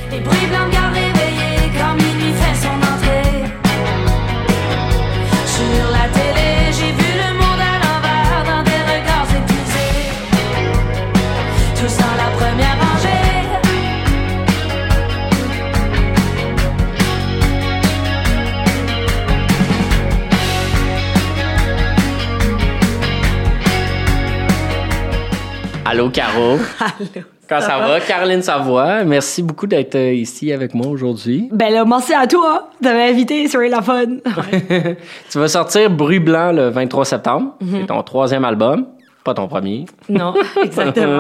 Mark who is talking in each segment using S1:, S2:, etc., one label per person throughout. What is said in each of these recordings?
S1: Les bruits blancs de gare réveillés quand minuit fait son entrée. Sur la télé, j'ai vu le monde à l'envers dans des regards épuisés. Tous dans la première rangée.
S2: Allô, Caro.
S3: Allô.
S2: Comment ça va? Caroline Savoie, merci beaucoup d'être ici avec moi aujourd'hui.
S3: Ben là, merci à toi de m'inviter sur la fun. Ouais.
S2: Tu vas sortir Bruit Blanc le 23 septembre. C'est ton 3e album, pas ton premier.
S3: Non, exactement,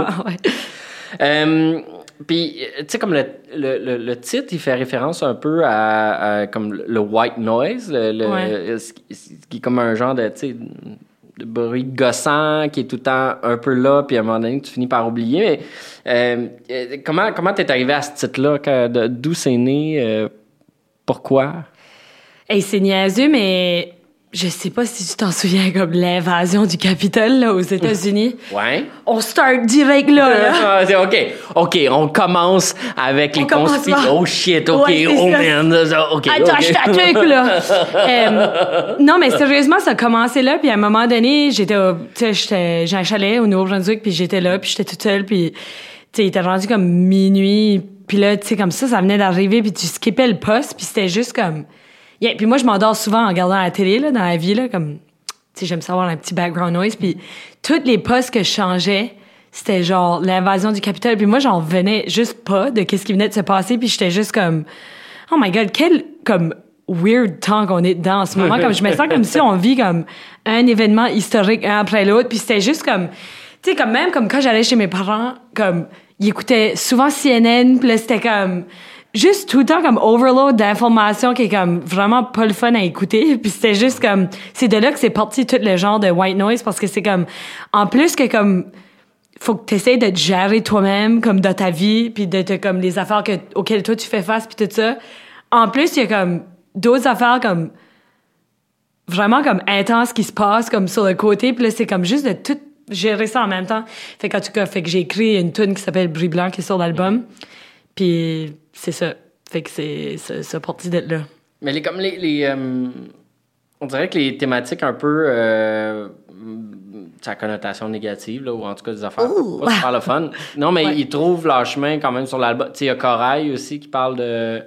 S3: ouais.
S2: Puis, tu sais, comme le titre, il fait référence un peu à comme le white noise, ce qui est comme un genre de, tu sais, de bruit gossant qui est tout le temps un peu là, puis à un moment donné, tu finis par oublier. Mais comment t'es arrivé à ce titre-là? D'où c'est né? Pourquoi?
S3: Hey, c'est niaiseux, mais je sais pas si tu t'en souviens, comme l'invasion du Capitole là, aux États-Unis.
S2: Ouais.
S3: On start direct là.
S2: OK, on commence avec les conspirations. Oh shit, OK,
S3: ouais,
S2: oh man. OK.
S3: Attache ta truc, là. Non, mais sérieusement, ça a commencé là, puis à un moment donné, j'ai un chalet au Nouveau-Brunswick, puis j'étais là, puis j'étais toute seule, puis tu sais, il était rendu comme minuit, puis là, tu sais, comme ça venait d'arriver, puis tu skippais le poste, puis c'était juste comme... Yeah, puis moi, je m'endors souvent en regardant la télé, là, dans la vie, là, comme... Tu sais, j'aime savoir un petit background noise, puis tous les postes que je changeais, c'était genre l'invasion du Capitole, puis moi, j'en revenais juste pas de qu'est-ce qui venait de se passer, puis j'étais juste comme... Oh my God, quel, comme, weird temps qu'on est dedans en ce moment. Comme, je me sens comme si on vit comme un événement historique un après l'autre, puis c'était juste comme... Tu sais, comme même comme quand j'allais chez mes parents, comme, ils écoutaient souvent CNN, puis là, c'était comme... Juste tout le temps comme overload d'informations qui est comme vraiment pas le fun à écouter. Puis c'était juste comme... C'est de là que c'est parti tout le genre de white noise, parce que c'est comme... En plus que comme... Faut que tu essaies de te gérer toi-même, comme dans ta vie, puis de te, comme les affaires auxquelles toi tu fais face, puis tout ça. En plus, il y a comme d'autres affaires comme... Vraiment comme intenses qui se passent comme sur le côté. Puis là, c'est comme juste de tout gérer ça en même temps. Fait qu'en tout cas, fait que j'ai écrit une tune qui s'appelle Bruit Blanc qui est sur l'album. Puis c'est ça. Fait que c'est parti d'être là.
S2: Mais on dirait que les thématiques un peu sa connotation négative, là, ou en tout cas des affaires pas super le fun. Non, mais ils trouvent leur chemin quand même sur l'album. Tu sais, il y a Corail aussi qui parle de...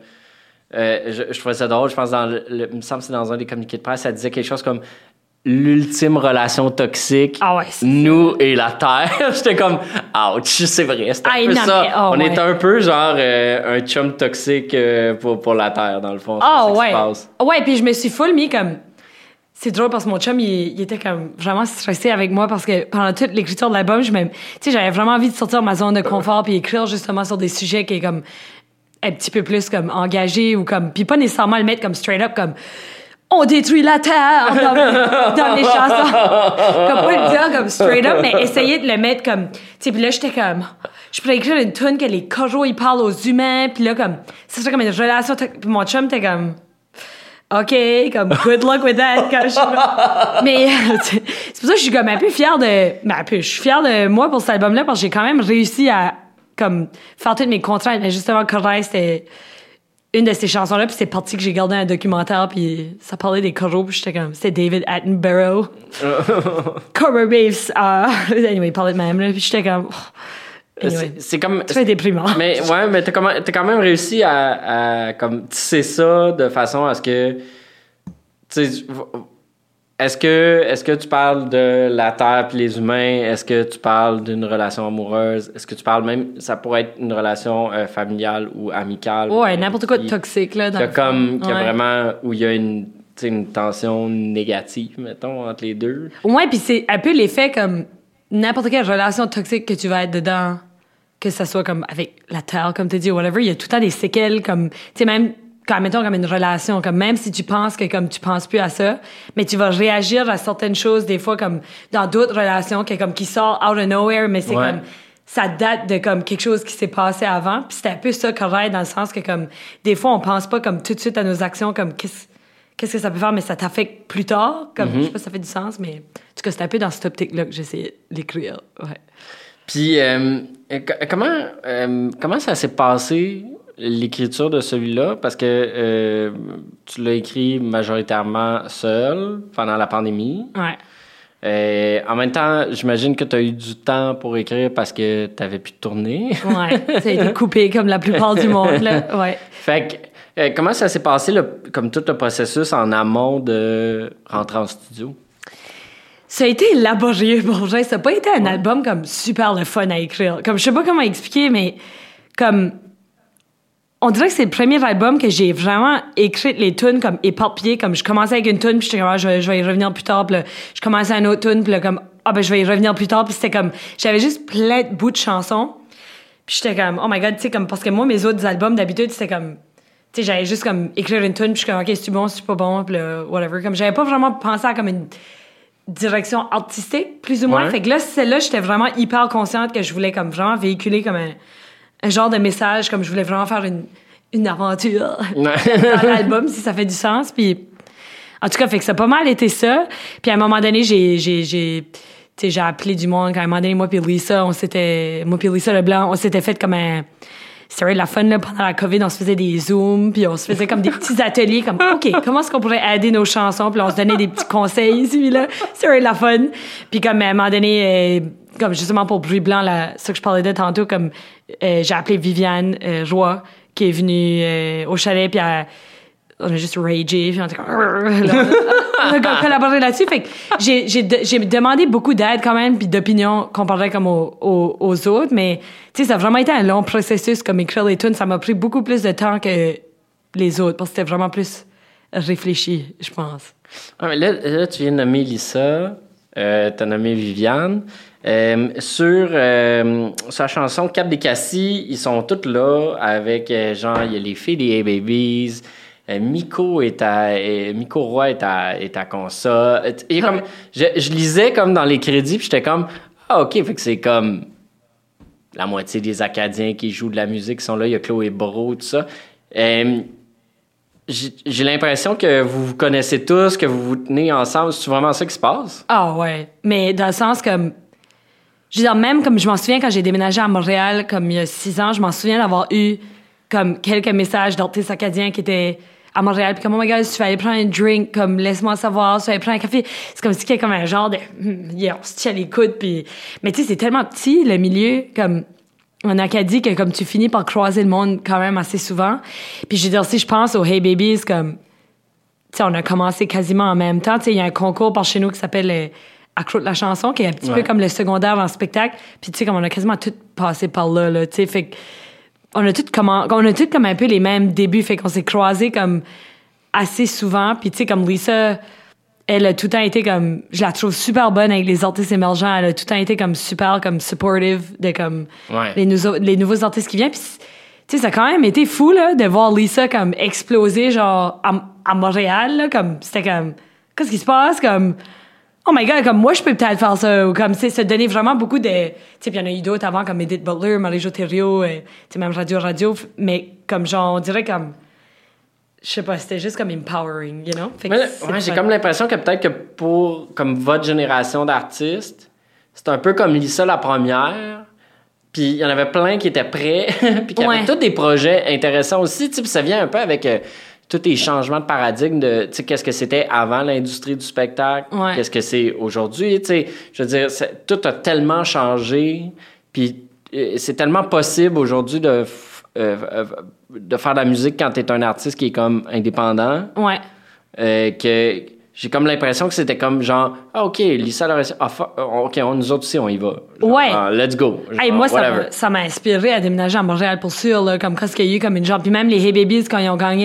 S2: je trouvais ça drôle, je pense il me semble que c'est dans un des communiqués de presse, ça disait quelque chose comme l'ultime relation toxique, nous et la Terre. J'étais comme, ouch, c'est vrai, c'est un peu ça. On est un peu genre un chum toxique pour la Terre, dans le fond.
S3: Oh, ouais. Ouais, puis je me suis full mis comme... C'est drôle parce que mon chum, il était comme vraiment stressé avec moi parce que pendant toute l'écriture de l'album, j'avais vraiment envie de sortir de ma zone de confort puis écrire justement sur des sujets qui est comme un petit peu plus comme engagé ou comme... Puis pas nécessairement le mettre comme straight up comme... On détruit la Terre dans les chansons. Comme pas le dire comme straight up, mais essayer de le mettre comme... Tu sais, puis là, j'étais comme... Je pourrais écrire une tune que les coraux, ils parlent aux humains, puis là, comme... Ça serait comme une relation... Puis mon chum, t'es comme... OK, comme good luck with that. Mais c'est pour ça que je suis comme un peu fière de... je suis fière de moi pour cet album-là, parce que j'ai quand même réussi à comme faire toutes mes contraintes. Mais justement, Corail, c'était... une de ces chansons-là, puis c'est parti que j'ai gardé un documentaire, puis ça parlait des coraux, puis j'étais comme... C'était David Attenborough. Coral Reefs. Anyway, il parlait de même, là, puis j'étais comme... Anyway,
S2: c'est comme...
S3: Très déprimant.
S2: Mais ouais, mais t'as quand même réussi à comme tisser ça de façon à ce que... Tu sais, est-ce que tu parles de la Terre puis les humains? Est-ce que tu parles d'une relation amoureuse? Est-ce que tu parles même... Ça pourrait être une relation familiale ou amicale?
S3: Ouais, n'importe quoi de toxique, là.
S2: Qui a vraiment... Où il y a une tension négative, mettons, entre les deux.
S3: Ouais, puis c'est un peu l'effet comme... N'importe quelle relation toxique que tu vas être dedans, que ça soit comme avec la Terre, comme tu dis, ou whatever, il y a tout le temps des séquelles, comme... Tu sais, même... Quand, mettons, comme une relation, comme même si tu penses que comme tu penses plus à ça, mais tu vas réagir à certaines choses, des fois, comme dans d'autres relations, qui sort out of nowhere, mais c'est comme, ça date de comme quelque chose qui s'est passé avant, puis c'est un peu ça, Corail, dans le sens que comme, des fois, on pense pas comme tout de suite à nos actions, comme qu'est-ce que ça peut faire, mais ça t'affecte plus tard, comme, je sais pas si ça fait du sens, mais en tout cas, c'est un peu dans cette optique-là que j'essaie d'écrire, ouais.
S2: Puis, comment ça s'est passé, l'écriture de celui-là, parce que tu l'as écrit majoritairement seul pendant la pandémie.
S3: Ouais.
S2: En même temps, j'imagine que tu as eu du temps pour écrire parce que tu n'avais plus de tournée.
S3: Ouais, ça a été coupé comme la plupart du monde, là. Ouais.
S2: Fait que, comment ça s'est passé, comme tout le processus en amont de rentrer en studio?
S3: Ça a été laborieux pour vrai. Ça n'a pas été un album comme super le fun à écrire. Comme, je sais pas comment expliquer, mais comme... On dirait que c'est le premier album que j'ai vraiment écrit les tunes comme éparpillées. Comme je commençais avec une tune, puis j'étais comme, je vais y revenir plus tard. Puis là, je commençais une autre tune, puis là, comme, je vais y revenir plus tard. Puis c'était comme, j'avais juste plein de bouts de chansons. Puis j'étais comme, oh my God, tu sais, comme, parce que moi, mes autres albums, d'habitude, c'était comme, tu sais, j'allais juste comme écrire une tune, puis je suis comme, OK, c'est-tu bon, c'est pas bon, puis là, whatever. Comme, j'avais pas vraiment pensé à comme une direction artistique, plus ou moins.
S2: Ouais.
S3: Fait que là, celle-là, j'étais vraiment hyper consciente que je voulais comme vraiment véhiculer comme un genre de message, comme je voulais vraiment faire une aventure dans l'album, si ça fait du sens. Puis, en tout cas, fait que ça a pas mal été ça. Puis à un moment donné, j'ai appelé du monde. Quand à un moment donné, moi puis Lisa Leblanc, on s'était fait comme un... C'était vraiment de la fun, là, pendant la COVID, on se faisait des Zooms, puis on se faisait comme des petits ateliers, comme, OK, comment est-ce qu'on pourrait aider nos chansons? Puis là, on se donnait des petits conseils ici, là. C'était vraiment de la fun. Puis comme, à un moment donné, comme justement pour Bruit Blanc, ça que je parlais de tantôt, comme, j'ai appelé Viviane Roy, qui est venue au chalet, puis on a juste ragé, puis on a collaboré là-dessus. Fait que j'ai demandé beaucoup d'aide quand même, puis d'opinions comparées comme aux autres, mais tu sais, ça a vraiment été un long processus, comme écrire les tunes. Ça m'a pris beaucoup plus de temps que les autres, parce que c'était vraiment plus réfléchi, je pense.
S2: Ah, mais là, tu viens de nommer Lisa, t'as nommé Viviane. Sur sa chanson Cap des Cassis, ils sont tous là avec genre il y a les filles des A-Babies, Miko Roy est à console. Et comme je lisais comme dans les crédits, puis j'étais comme OK, fait que c'est comme la moitié des Acadiens qui jouent de la musique qui sont là, il y a Chloé Brault, tout ça. J'ai l'impression que vous vous connaissez tous, que vous vous tenez ensemble. C'est vraiment ça qui se passe?
S3: Ah ouais, mais dans le sens comme... Je veux dire, même comme je m'en souviens quand j'ai déménagé à Montréal, comme il y a 6 ans, je m'en souviens d'avoir eu comme quelques messages d'artistes acadiens qui étaient à Montréal, puis comme, oh my God, si tu vas aller prendre un drink, comme, laisse-moi savoir, si tu vas aller prendre un café. C'est comme si qu'il y a comme un genre de, yeah, on se tient à l'écoute, puis... Mais tu sais, c'est tellement petit, le milieu, comme... En Acadie, que comme tu finis par croiser le monde quand même assez souvent. Puis je veux dire, si je pense aux Hey Babies, comme... Tu sais, on a commencé quasiment en même temps. Tu sais, il y a un concours par chez nous qui s'appelle Accroute la chanson, qui est un petit peu comme le secondaire dans le spectacle. Puis tu sais, comme on a quasiment tout passé par là, tu sais. Fait que on a tout comme un peu les mêmes débuts. Fait qu'on s'est croisés comme assez souvent. Puis tu sais, comme Lisa... Elle a tout le temps été comme... Je la trouve super bonne avec les artistes émergents. Elle a tout le temps été comme super comme supportive de comme les nouveaux artistes qui viennent. Puis, tu sais, ça a quand même été fou, là, de voir Lisa comme exploser, genre, à Montréal, là, comme... C'était comme... Qu'est-ce qui se passe? Comme... Oh my God, comme moi, je peux peut-être faire ça. Ou comme, c'est se donner vraiment beaucoup de... Tu sais, puis il y en a eu d'autres avant, comme Edith Butler, Marie-Jo Thériault, tu sais, même Radio. Mais comme, genre, on dirait comme... Je sais pas, c'était juste comme empowering, you know? Fait que
S2: j'ai comme l'impression que peut-être que pour comme votre génération d'artistes, c'est un peu comme Lisa la première, puis il y en avait plein qui étaient prêts, puis qui avaient tous des projets intéressants aussi, tu sais, puis ça vient un peu avec tous les changements de paradigme de, tu sais, qu'est-ce que c'était avant l'industrie du spectacle, qu'est-ce que c'est aujourd'hui, tu sais, je veux dire, tout a tellement changé, puis c'est tellement possible aujourd'hui de faire de la musique quand t'es un artiste qui est comme indépendant.
S3: Ouais.
S2: Que j'ai comme l'impression que c'était comme genre, OK, Lisa l'a réussi. OK, nous autres aussi, on y va. Genre, let's go. Genre,
S3: hey, moi, ça m'a inspiré à déménager à Montréal pour sûr, là, comme quand il y a eu comme une genre. Puis même les Hey Babies, quand ils ont gagné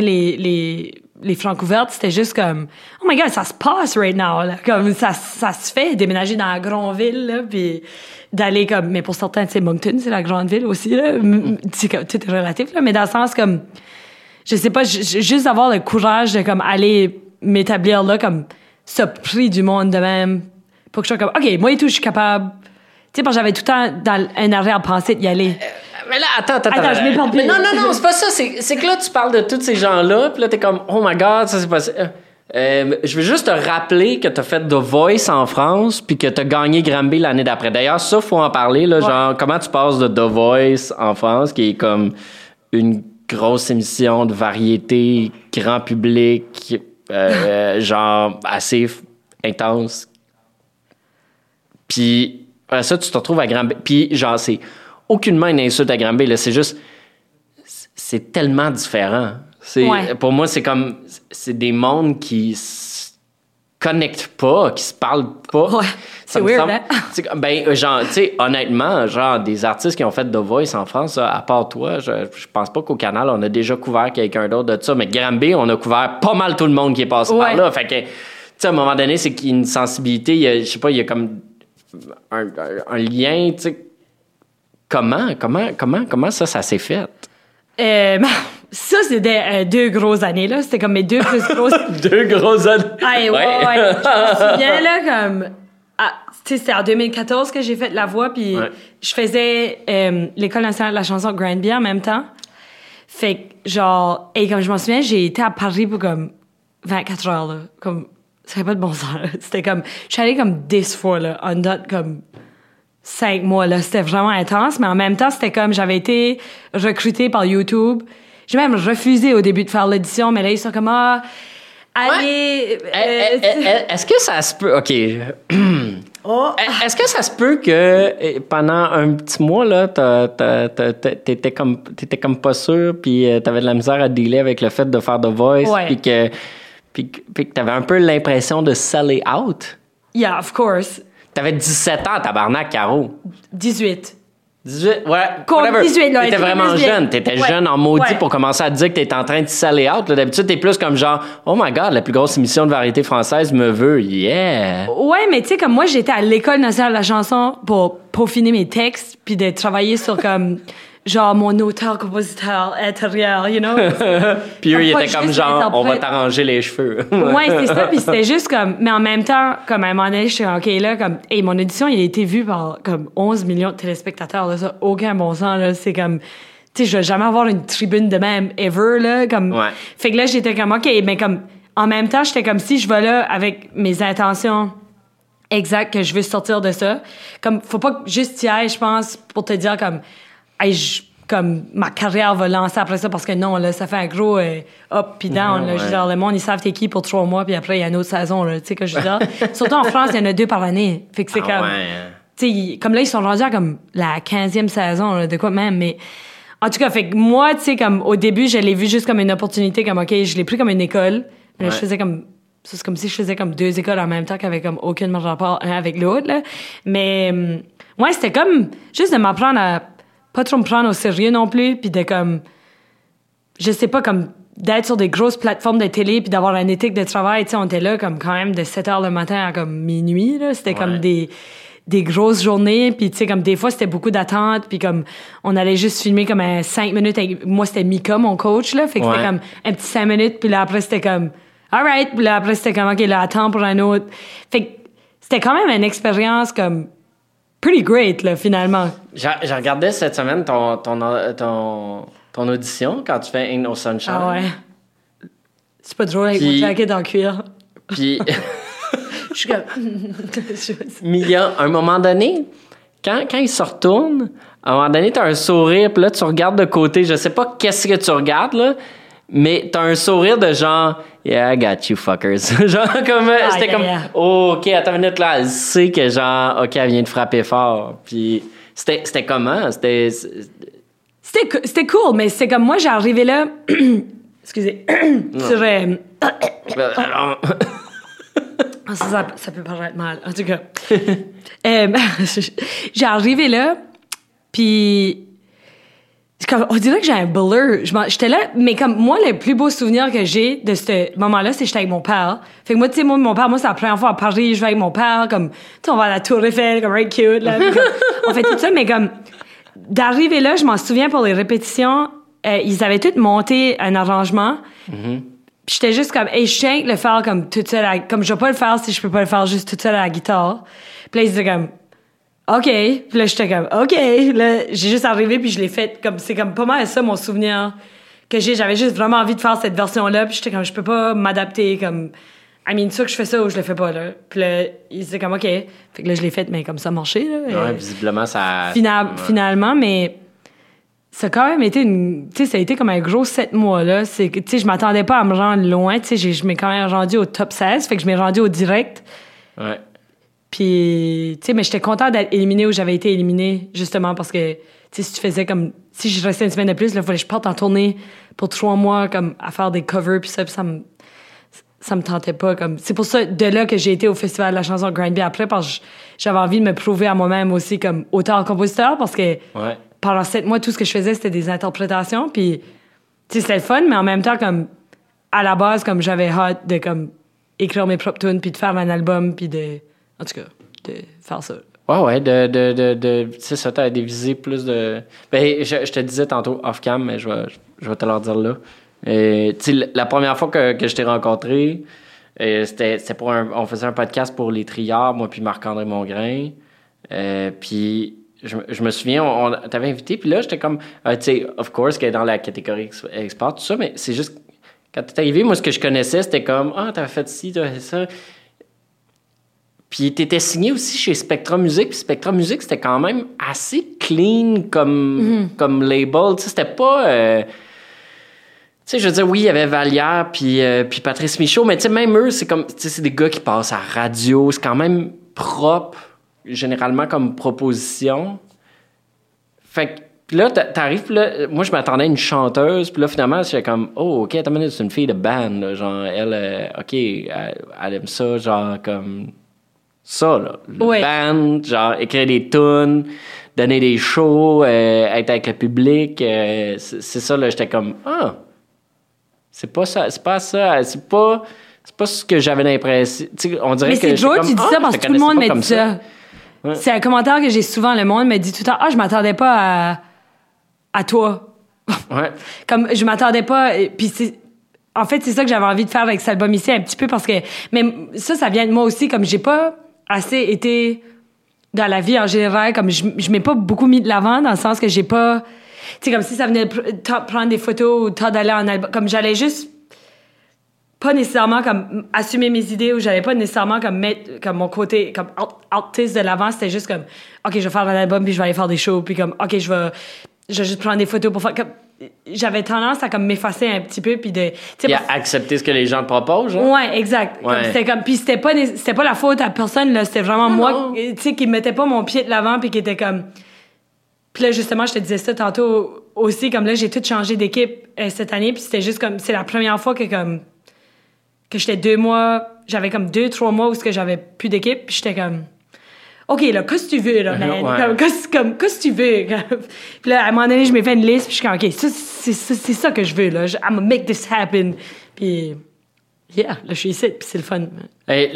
S3: les Francs ouvertes, c'était juste comme, oh my God, ça se passe right now, là. Comme ça se fait, déménager dans la grande ville, là, puis d'aller comme, mais pour certains, tu sais, Moncton, c'est la grande ville aussi, là. Tout est relatif, là, mais dans le sens comme, je sais pas, juste avoir le courage de comme aller m'établir là, comme, ce prix du monde de même, pour que je sois comme, OK, moi et tout, je suis capable. Tu sais, parce que j'avais tout le temps dans un arrière-pensée d'y aller.
S2: Mais là, attends,
S3: je m'éparpille.
S2: Non, c'est pas ça. C'est que là, tu parles de tous ces gens-là, puis là, t'es comme, oh my God, ça c'est possible. Je veux juste te rappeler que t'as fait The Voice en France, puis que t'as gagné Grammy l'année d'après. D'ailleurs, ça, faut en parler, là, genre, comment tu passes de The Voice en France, qui est comme une grosse émission de variété, grand public, genre assez intense. Puis après ça, tu te retrouves à Granby. Puis genre, c'est aucunement une insulte à Granby, là. C'est juste... C'est tellement différent. Pour moi, c'est comme... C'est des mondes qui se connectent pas, qui se parlent pas.
S3: Ouais, c'est weird, hein?
S2: Genre, tu sais, honnêtement, genre, des artistes qui ont fait The Voice en France, à part toi, je pense pas qu'au Canal, on a déjà couvert quelqu'un d'autre de ça, mais Granby, on a couvert pas mal tout le monde qui est passé par là. Fait que, tu sais, à un moment donné, c'est qu'il y a une sensibilité, je sais pas, il y a comme un lien, tu sais. Comment ça s'est fait?
S3: Ça, c'était 2 grosses années, là. C'était comme mes 2 plus grosses...
S2: 2 grosses années?
S3: Ouais. Je me souviens, là, comme... tu sais, c'était en 2014 que j'ai fait la voix, puis je faisais l'École nationale de la chanson de Granby en même temps. Fait que, genre... Et comme je m'en souviens, j'ai été à Paris pour, comme, 24 heures, là. Comme... Ça n'avait pas de bon sens, là. C'était comme... Je suis allée, comme, 10 fois, là, en date, comme... 5 mois, là. C'était vraiment intense, mais en même temps, c'était comme... J'avais été recrutée par YouTube. J'ai même refusé au début de faire l'audition, mais là, ils sont comme, allez...
S2: Est-ce que ça se peut... OK. Est-ce que ça se peut que pendant un petit mois, là, t'étais comme pas sûr, puis t'avais de la misère à dealer avec le fait de faire The Voice, puis que t'avais un peu l'impression de sell it out?
S3: Yeah, of course.
S2: T'avais 17 ans, tabarnak, Caro.
S3: 18.
S2: 18, ouais.
S3: Comme 18, là.
S2: T'étais vraiment jeune. T'étais jeune en maudit pour commencer à te dire que t'étais en train de saler out. Là, d'habitude, t'es plus comme genre, oh my God, la plus grosse émission de variété française me veut. Yeah!
S3: Ouais, mais tu sais, comme moi, j'étais à l'École nationale de la chanson pour peaufiner mes textes puis de travailler sur comme, genre, mon auteur-compositeur intérieur, you know?
S2: Puis eux, ils étaient comme genre, on va t'arranger les cheveux.
S3: Ouais, c'est ça. Puis c'était juste comme, mais en même temps, comme à un moment donné, je suis OK, là, comme, hey, mon audition, il a été vu par comme 11 millions de téléspectateurs, là, ça, aucun bon sens, là. C'est comme, tu sais, je vais jamais avoir une tribune de même, ever, là, comme. Ouais. Fait que là, j'étais comme, OK, mais comme, en même temps, j'étais comme si je vais là avec mes intentions exactes que je veux sortir de ça. Comme, faut pas juste y aller, je pense, pour te dire comme, hey, comme ma carrière va lancer après ça parce que non, là, ça fait un gros up puis down. Là, je veux dire, le monde, ils savent t'es qui pour 3 mois puis après, il y a une autre saison. Tu sais que je veux dire. Surtout en France, il y en a 2 par année. Fait que c'est comme... Tu sais, comme là, ils sont rendus à comme la 15e saison, là, de quoi même. Mais en tout cas, fait que moi, tu sais, comme au début, je l'ai vu juste comme une opportunité, comme OK, je l'ai pris comme une école. Mais là, je faisais comme... C'est comme si je faisais comme 2 écoles en même temps qui avaient comme aucun rapport un avec l'autre, là. Mais ouais, c'était comme juste de m'apprendre à pas trop me prendre au sérieux non plus, puis de comme, je sais pas, comme d'être sur des grosses plateformes de télé puis d'avoir une éthique de travail. Tu sais, on était là comme quand même de 7 heures le matin à comme minuit, là. C'était comme des grosses journées, puis tu sais, comme des fois, c'était beaucoup d'attentes, puis comme on allait juste filmer comme 5 minutes avec... Moi, c'était Mika, mon coach, là, fait que c'était comme un petit 5 minutes, puis là, après, c'était comme all right, puis là, après, c'était comme OK, là, attends pour un autre. Fait que c'était quand même une expérience comme pretty great, là, finalement.
S2: J'ai regardé cette semaine ton audition quand tu fais Ain't No Sunshine.
S3: Ah ouais. C'est pas drôle avec mon jacket en cuir.
S2: Puis...
S3: Je suis comme...
S2: Mais il y a un moment donné, quand il se retourne, à un moment donné, t'as un sourire, puis là, tu regardes de côté. Je sais pas qu'est-ce que tu regardes, là, mais t'as un sourire de genre... Yeah, I got you, fuckers. Genre, comme, c'était comme, oh, OK, attends une minute, là, elle sait que, genre, OK, elle vient de frapper fort. Puis, c'était comment? C'était
S3: cool, mais c'est comme, moi, j'arrivais là, excusez, sur, ça peut paraître mal, en tout cas. J'arrivais là, puis... On dirait que j'ai un blur. J'étais là, mais comme moi, le plus beau souvenir que j'ai de ce moment-là, c'est que j'étais avec mon père. Fait que moi, tu sais, mon père, c'est la première fois à Paris, je vais avec mon père, comme, tu sais, on va à la Tour Eiffel, comme, right cute, là. Comme, on fait tout ça, mais comme, d'arriver là, je m'en souviens pour les répétitions, ils avaient tous monté un arrangement. Mm-hmm. Puis j'étais juste comme, hey, je tiens de le faire comme toute seule, comme je vais pas le faire si je peux pas le faire juste toute seule à la guitare. Puis là, ils disaient comme, OK. Puis là, j'étais comme, OK. Là, j'ai juste arrivé, puis je l'ai fait comme, c'est comme pas mal ça, mon souvenir que j'ai. J'avais juste vraiment envie de faire cette version-là, puis j'étais comme, je peux pas m'adapter, comme, soit que je fais ça ou je le fais pas, là. Puis là, ils disaient comme, OK. Fait que là, je l'ai fait, mais comme ça marché, là.
S2: Ouais, visiblement, ça...
S3: Finalement, mais ça a quand même été ça a été comme un gros 7 mois, là. C'est que, tu sais, je m'attendais pas à me rendre loin, tu sais, je m'ai quand même rendu au top 16, fait que je m'ai rendu au direct.
S2: Ouais.
S3: Puis, tu sais, mais j'étais contente d'être éliminée où j'avais été éliminée, justement, parce que, tu sais, si tu faisais comme, si je restais une semaine de plus, là, il fallait que je parte en tournée pour 3 mois, comme, à faire des covers, puis ça me tentait pas, comme. C'est pour ça, de là que j'ai été au Festival de la chanson Grindby après, parce que j'avais envie de me prouver à moi-même aussi, comme, auteur-compositeur, parce que pendant 7 mois, tout ce que je faisais, c'était des interprétations, puis, tu sais, c'était le fun, mais en même temps, comme, à la base, comme, j'avais hâte de, comme, écrire mes propres tunes, puis de faire un album, puis en tout cas, de faire ça.
S2: Ouais, c'est ça, t'as des visées plus de... Ben, je te disais tantôt off-cam, mais je vais te le dire là. Tu sais, la première fois que je t'ai rencontré, c'était pour on faisait un podcast pour les triards, moi puis Marc-André Mongrain. Puis je me souviens, on t'avait invité, puis là, j'étais comme... tu sais, of course, qu'elle est dans la catégorie export, tout ça, mais c'est juste... Quand t'es arrivé, moi, ce que je connaissais, c'était comme... Ah, t'avais fait ci, t'avais fait ça... Puis t'étais signé aussi chez Spectra Music. Puis Spectra Music, c'était quand même assez clean comme label. Tu sais, c'était pas... tu sais, je veux dire, oui, il y avait Vallière puis Patrice Michaud, mais tu sais, même eux, c'est comme... Tu sais, c'est des gars qui passent à la radio. C'est quand même propre, généralement, comme proposition. Fait que... Puis là, t'arrives, puis là, moi, je m'attendais à une chanteuse, puis là, finalement, j'étais comme, oh, OK, attends une minute, c'est une fille de band, là, genre, elle, OK, elle aime ça, genre, comme... Ça, là. Le band, genre, écrire des tunes, donner des shows, être avec le public. C'est ça, là. J'étais comme, c'est pas ça, c'est pas ça, c'est pas ce que j'avais l'impression. T'sais, on dirait
S3: mais
S2: que.
S3: Mais c'est drôle, tu dis ça parce que tout le monde me dit ça.
S2: Ouais.
S3: C'est un commentaire que j'ai souvent. Le monde me dit tout le temps, je m'attendais pas à toi.
S2: Ouais.
S3: Comme, je m'attendais pas. Puis en fait, c'est ça que j'avais envie de faire avec cet album ici, un petit peu parce que. Mais ça vient de moi aussi, comme j'ai pas assez été dans la vie en général, comme je m'ai pas beaucoup mis de l'avant dans le sens que j'ai pas, tu sais, comme si ça venait de prendre des photos ou d'aller en album, comme j'allais juste pas nécessairement comme assumer mes idées ou j'allais pas nécessairement comme mettre comme mon côté comme artiste de l'avant, c'était juste comme OK, je vais faire un album puis je vais aller faire des shows puis comme OK, je vais juste prendre des photos pour faire comme j'avais tendance à comme m'effacer un petit peu puis de
S2: accepter ce que les gens te proposent, genre.
S3: Ouais, exact. Ouais. C'était comme puis c'était pas la faute à personne là, c'était vraiment moi tu sais qui mettais pas mon pied de l'avant puis qui était comme puis là justement je te disais ça tantôt aussi comme là j'ai tout changé d'équipe cette année puis c'était juste comme c'est la première fois que j'étais 2 mois, j'avais comme 2-3 mois où ce que j'avais plus d'équipe puis j'étais comme OK, là, qu'est-ce que tu veux, là, man? Ouais. Qu'est-ce que tu veux? Puis là, à un moment donné, je m'ai fait une liste, puis je suis comme, OK, c'est ça que je veux, là. I'm gonna make this happen. Puis, là, je suis ici, puis c'est le fun.
S2: Hey,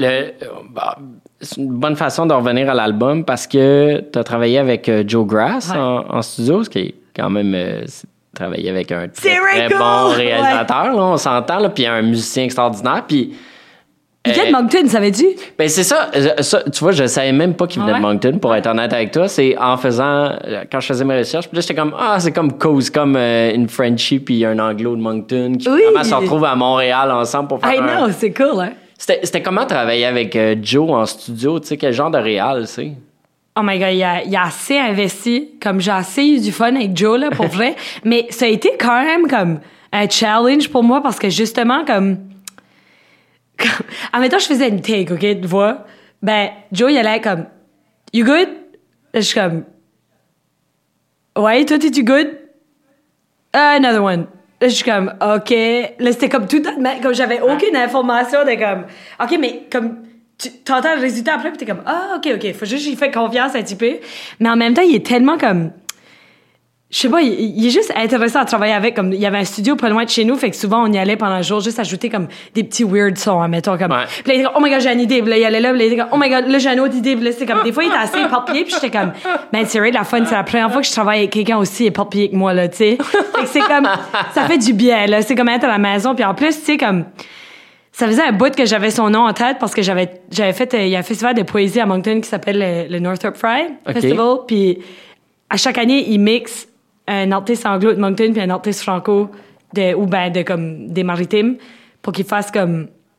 S2: c'est une bonne façon de revenir à l'album parce que tu as travaillé avec Joe Grass en studio, ce qui est quand même... travailler avec un très bon réalisateur, là, on s'entend, là, puis un musicien extraordinaire, puis...
S3: Il vient de Moncton, savais-tu?
S2: Ben c'est ça. Tu vois, je savais même pas qu'il venait de Moncton, pour être honnête avec toi. C'est en faisant... Quand je faisais mes recherches, puis là, j'étais comme... c'est comme cause, comme une Frenchie puis un Anglo de Moncton qui vraiment se retrouvent à Montréal ensemble pour faire
S3: non, c'est cool, hein?
S2: C'était comment travailler avec Joe en studio? Tu sais, quel genre de réal, c'est?
S3: Oh my God, il a assez investi. Comme j'ai assez eu du fun avec Joe, là, pour vrai. Mais ça a été quand même comme un challenge pour moi parce que justement, comme... En même temps, je faisais une take, OK, de voix. Ben, Joe, il allait comme, You good? Là, je suis comme, Ouais, toi, t'es-tu good? Another one. Là, je suis comme, OK. Là, c'était comme tout, comme j'avais aucune information de comme, OK, mais comme, tu t'entends le résultat après, puis t'es comme, OK, faut juste que j'y fais confiance un petit peu. Mais en même temps, il est tellement comme, je sais pas, il est juste intéressant à travailler avec. Comme il y avait un studio pas loin de chez nous, fait que souvent on y allait pendant le jour, juste ajouter comme des petits weird sons, mettons comme. Ouais. Puis là, il était comme, oh my God, j'ai une idée. Puis là, il allait là, puis là, il était comme, oh my God, là, j'ai une autre idée. Puis là, c'était comme, des fois, il était assez éparpillé, puis j'étais comme, ben, c'est vrai, la fun, c'est la première fois que je travaille avec quelqu'un aussi éparpillé que moi, là, tu sais. Fait que c'est comme, ça fait du bien, là. C'est comme être à la maison, puis en plus, tu sais, comme, ça faisait un bout que j'avais son nom en tête parce que j'avais fait, il y a un festival de poésie à Moncton qui s'appelle le Northrop Frye Festival, puis à chaque année, ils mixent un artiste anglo de Moncton puis un artiste franco de comme des maritimes pour qu'ils fassent comme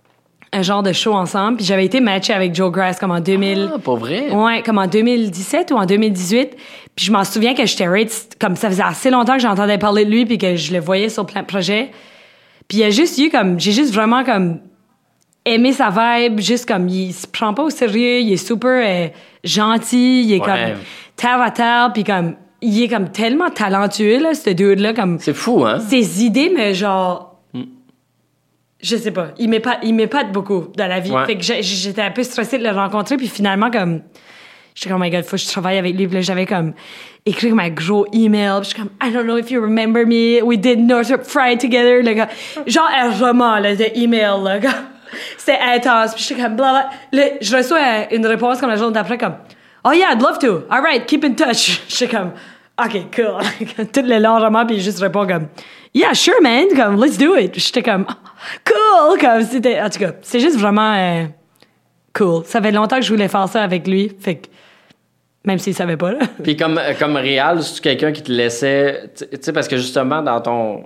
S3: un genre de show ensemble. Puis j'avais été matchée avec Joe Grass comme en 2000.
S2: Ah, pas vrai?
S3: Ouais, comme en 2017 ou en 2018. Puis je m'en souviens que j'étais rate, comme ça faisait assez longtemps que j'entendais parler de lui puis que je le voyais sur plein de projets. Puis il y a juste eu comme, j'ai juste vraiment comme aimé sa vibe, juste comme, il se prend pas au sérieux, il est super gentil, il est comme terre à terre, puis comme, il est comme tellement talentueux, là, ce dude-là, comme...
S2: C'est fou, hein?
S3: Ses idées, mais genre... Je sais pas. Il m'épate beaucoup dans la vie.
S2: Ouais.
S3: Fait que j'étais un peu stressée de le rencontrer, puis finalement, comme... J'étais comme, oh my God, faut que je travaille avec lui. Puis là, j'avais comme écrit comme un gros email. Puis j'étais comme, I don't know if you remember me. We did Northrop Frye together. Là, genre un roman là, de email. Là, c'était intense. Puis j'étais comme, blah, blah. Là, je reçois une réponse comme la journée d'après, comme, oh yeah, I'd love to. All right, keep in touch. J'étais comme, OK, cool. Tout le long roman, puis il juste répond comme, yeah, sure, man. Comme, let's do it. J'étais comme, cool. Comme, c'était, en tout cas, c'est juste vraiment cool. Ça fait longtemps que je voulais faire ça avec lui. Fait que, même s'il savait pas, là.
S2: Puis comme réal, c'est-tu quelqu'un qui te laissait... Tu sais, parce que justement, dans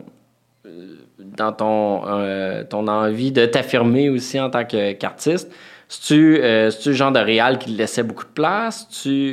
S2: ton envie de t'affirmer aussi en tant qu'artiste, c'est-tu le genre de réal qui te laissait beaucoup de place?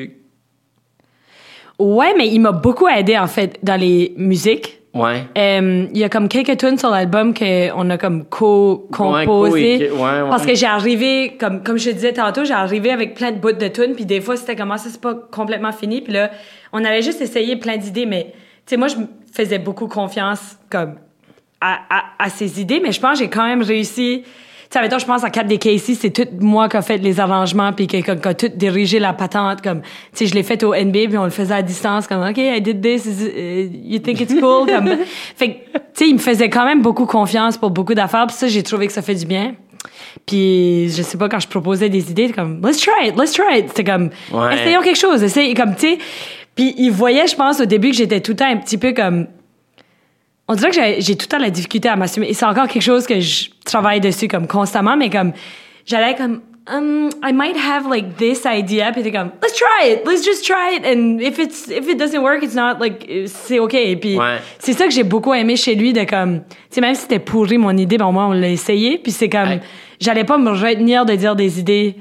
S3: Ouais, mais il m'a beaucoup aidé, en fait, dans les musiques.
S2: Ouais.
S3: Il y a comme quelques tunes sur l'album qu'on a comme composé.
S2: Ouais.
S3: Parce que j'ai arrivé, comme je te disais tantôt, j'ai arrivé avec plein de bouts de tunes, puis des fois, c'était comme ça, c'est pas complètement fini. Puis là, on avait juste essayé plein d'idées, mais, tu sais, moi, je me faisais beaucoup confiance, comme, à ces idées, mais je pense que j'ai quand même réussi. Tu sais, mettons, je pense à Cap des Casey, c'est tout moi qui a fait les arrangements puis qui a tout dirigé la patente, comme, tu sais, je l'ai fait au NBA puis on le faisait à distance, comme, OK, I did this, you think it's cool, comme, fait que, tu sais, il me faisait quand même beaucoup confiance pour beaucoup d'affaires puis ça, j'ai trouvé que ça fait du bien. Puis, je sais pas, quand je proposais des idées, comme, let's try it, c'était comme, essayons quelque chose, comme, tu sais, puis il voyait, je pense, au début que j'étais tout le temps un petit peu comme, on dirait que j'ai tout le temps la difficulté à m'assumer. Et c'est encore quelque chose que je travaille dessus comme constamment, mais comme j'allais comme I might have like this idea, puis t'es comme let's just try it, and if it doesn't work, it's not like c'est ok. Puis c'est ça que j'ai beaucoup aimé chez lui, de comme, tu sais, même si c'était pourri mon idée, ben au moins on l'a essayé, puis c'est comme j'allais pas me retenir de dire des idées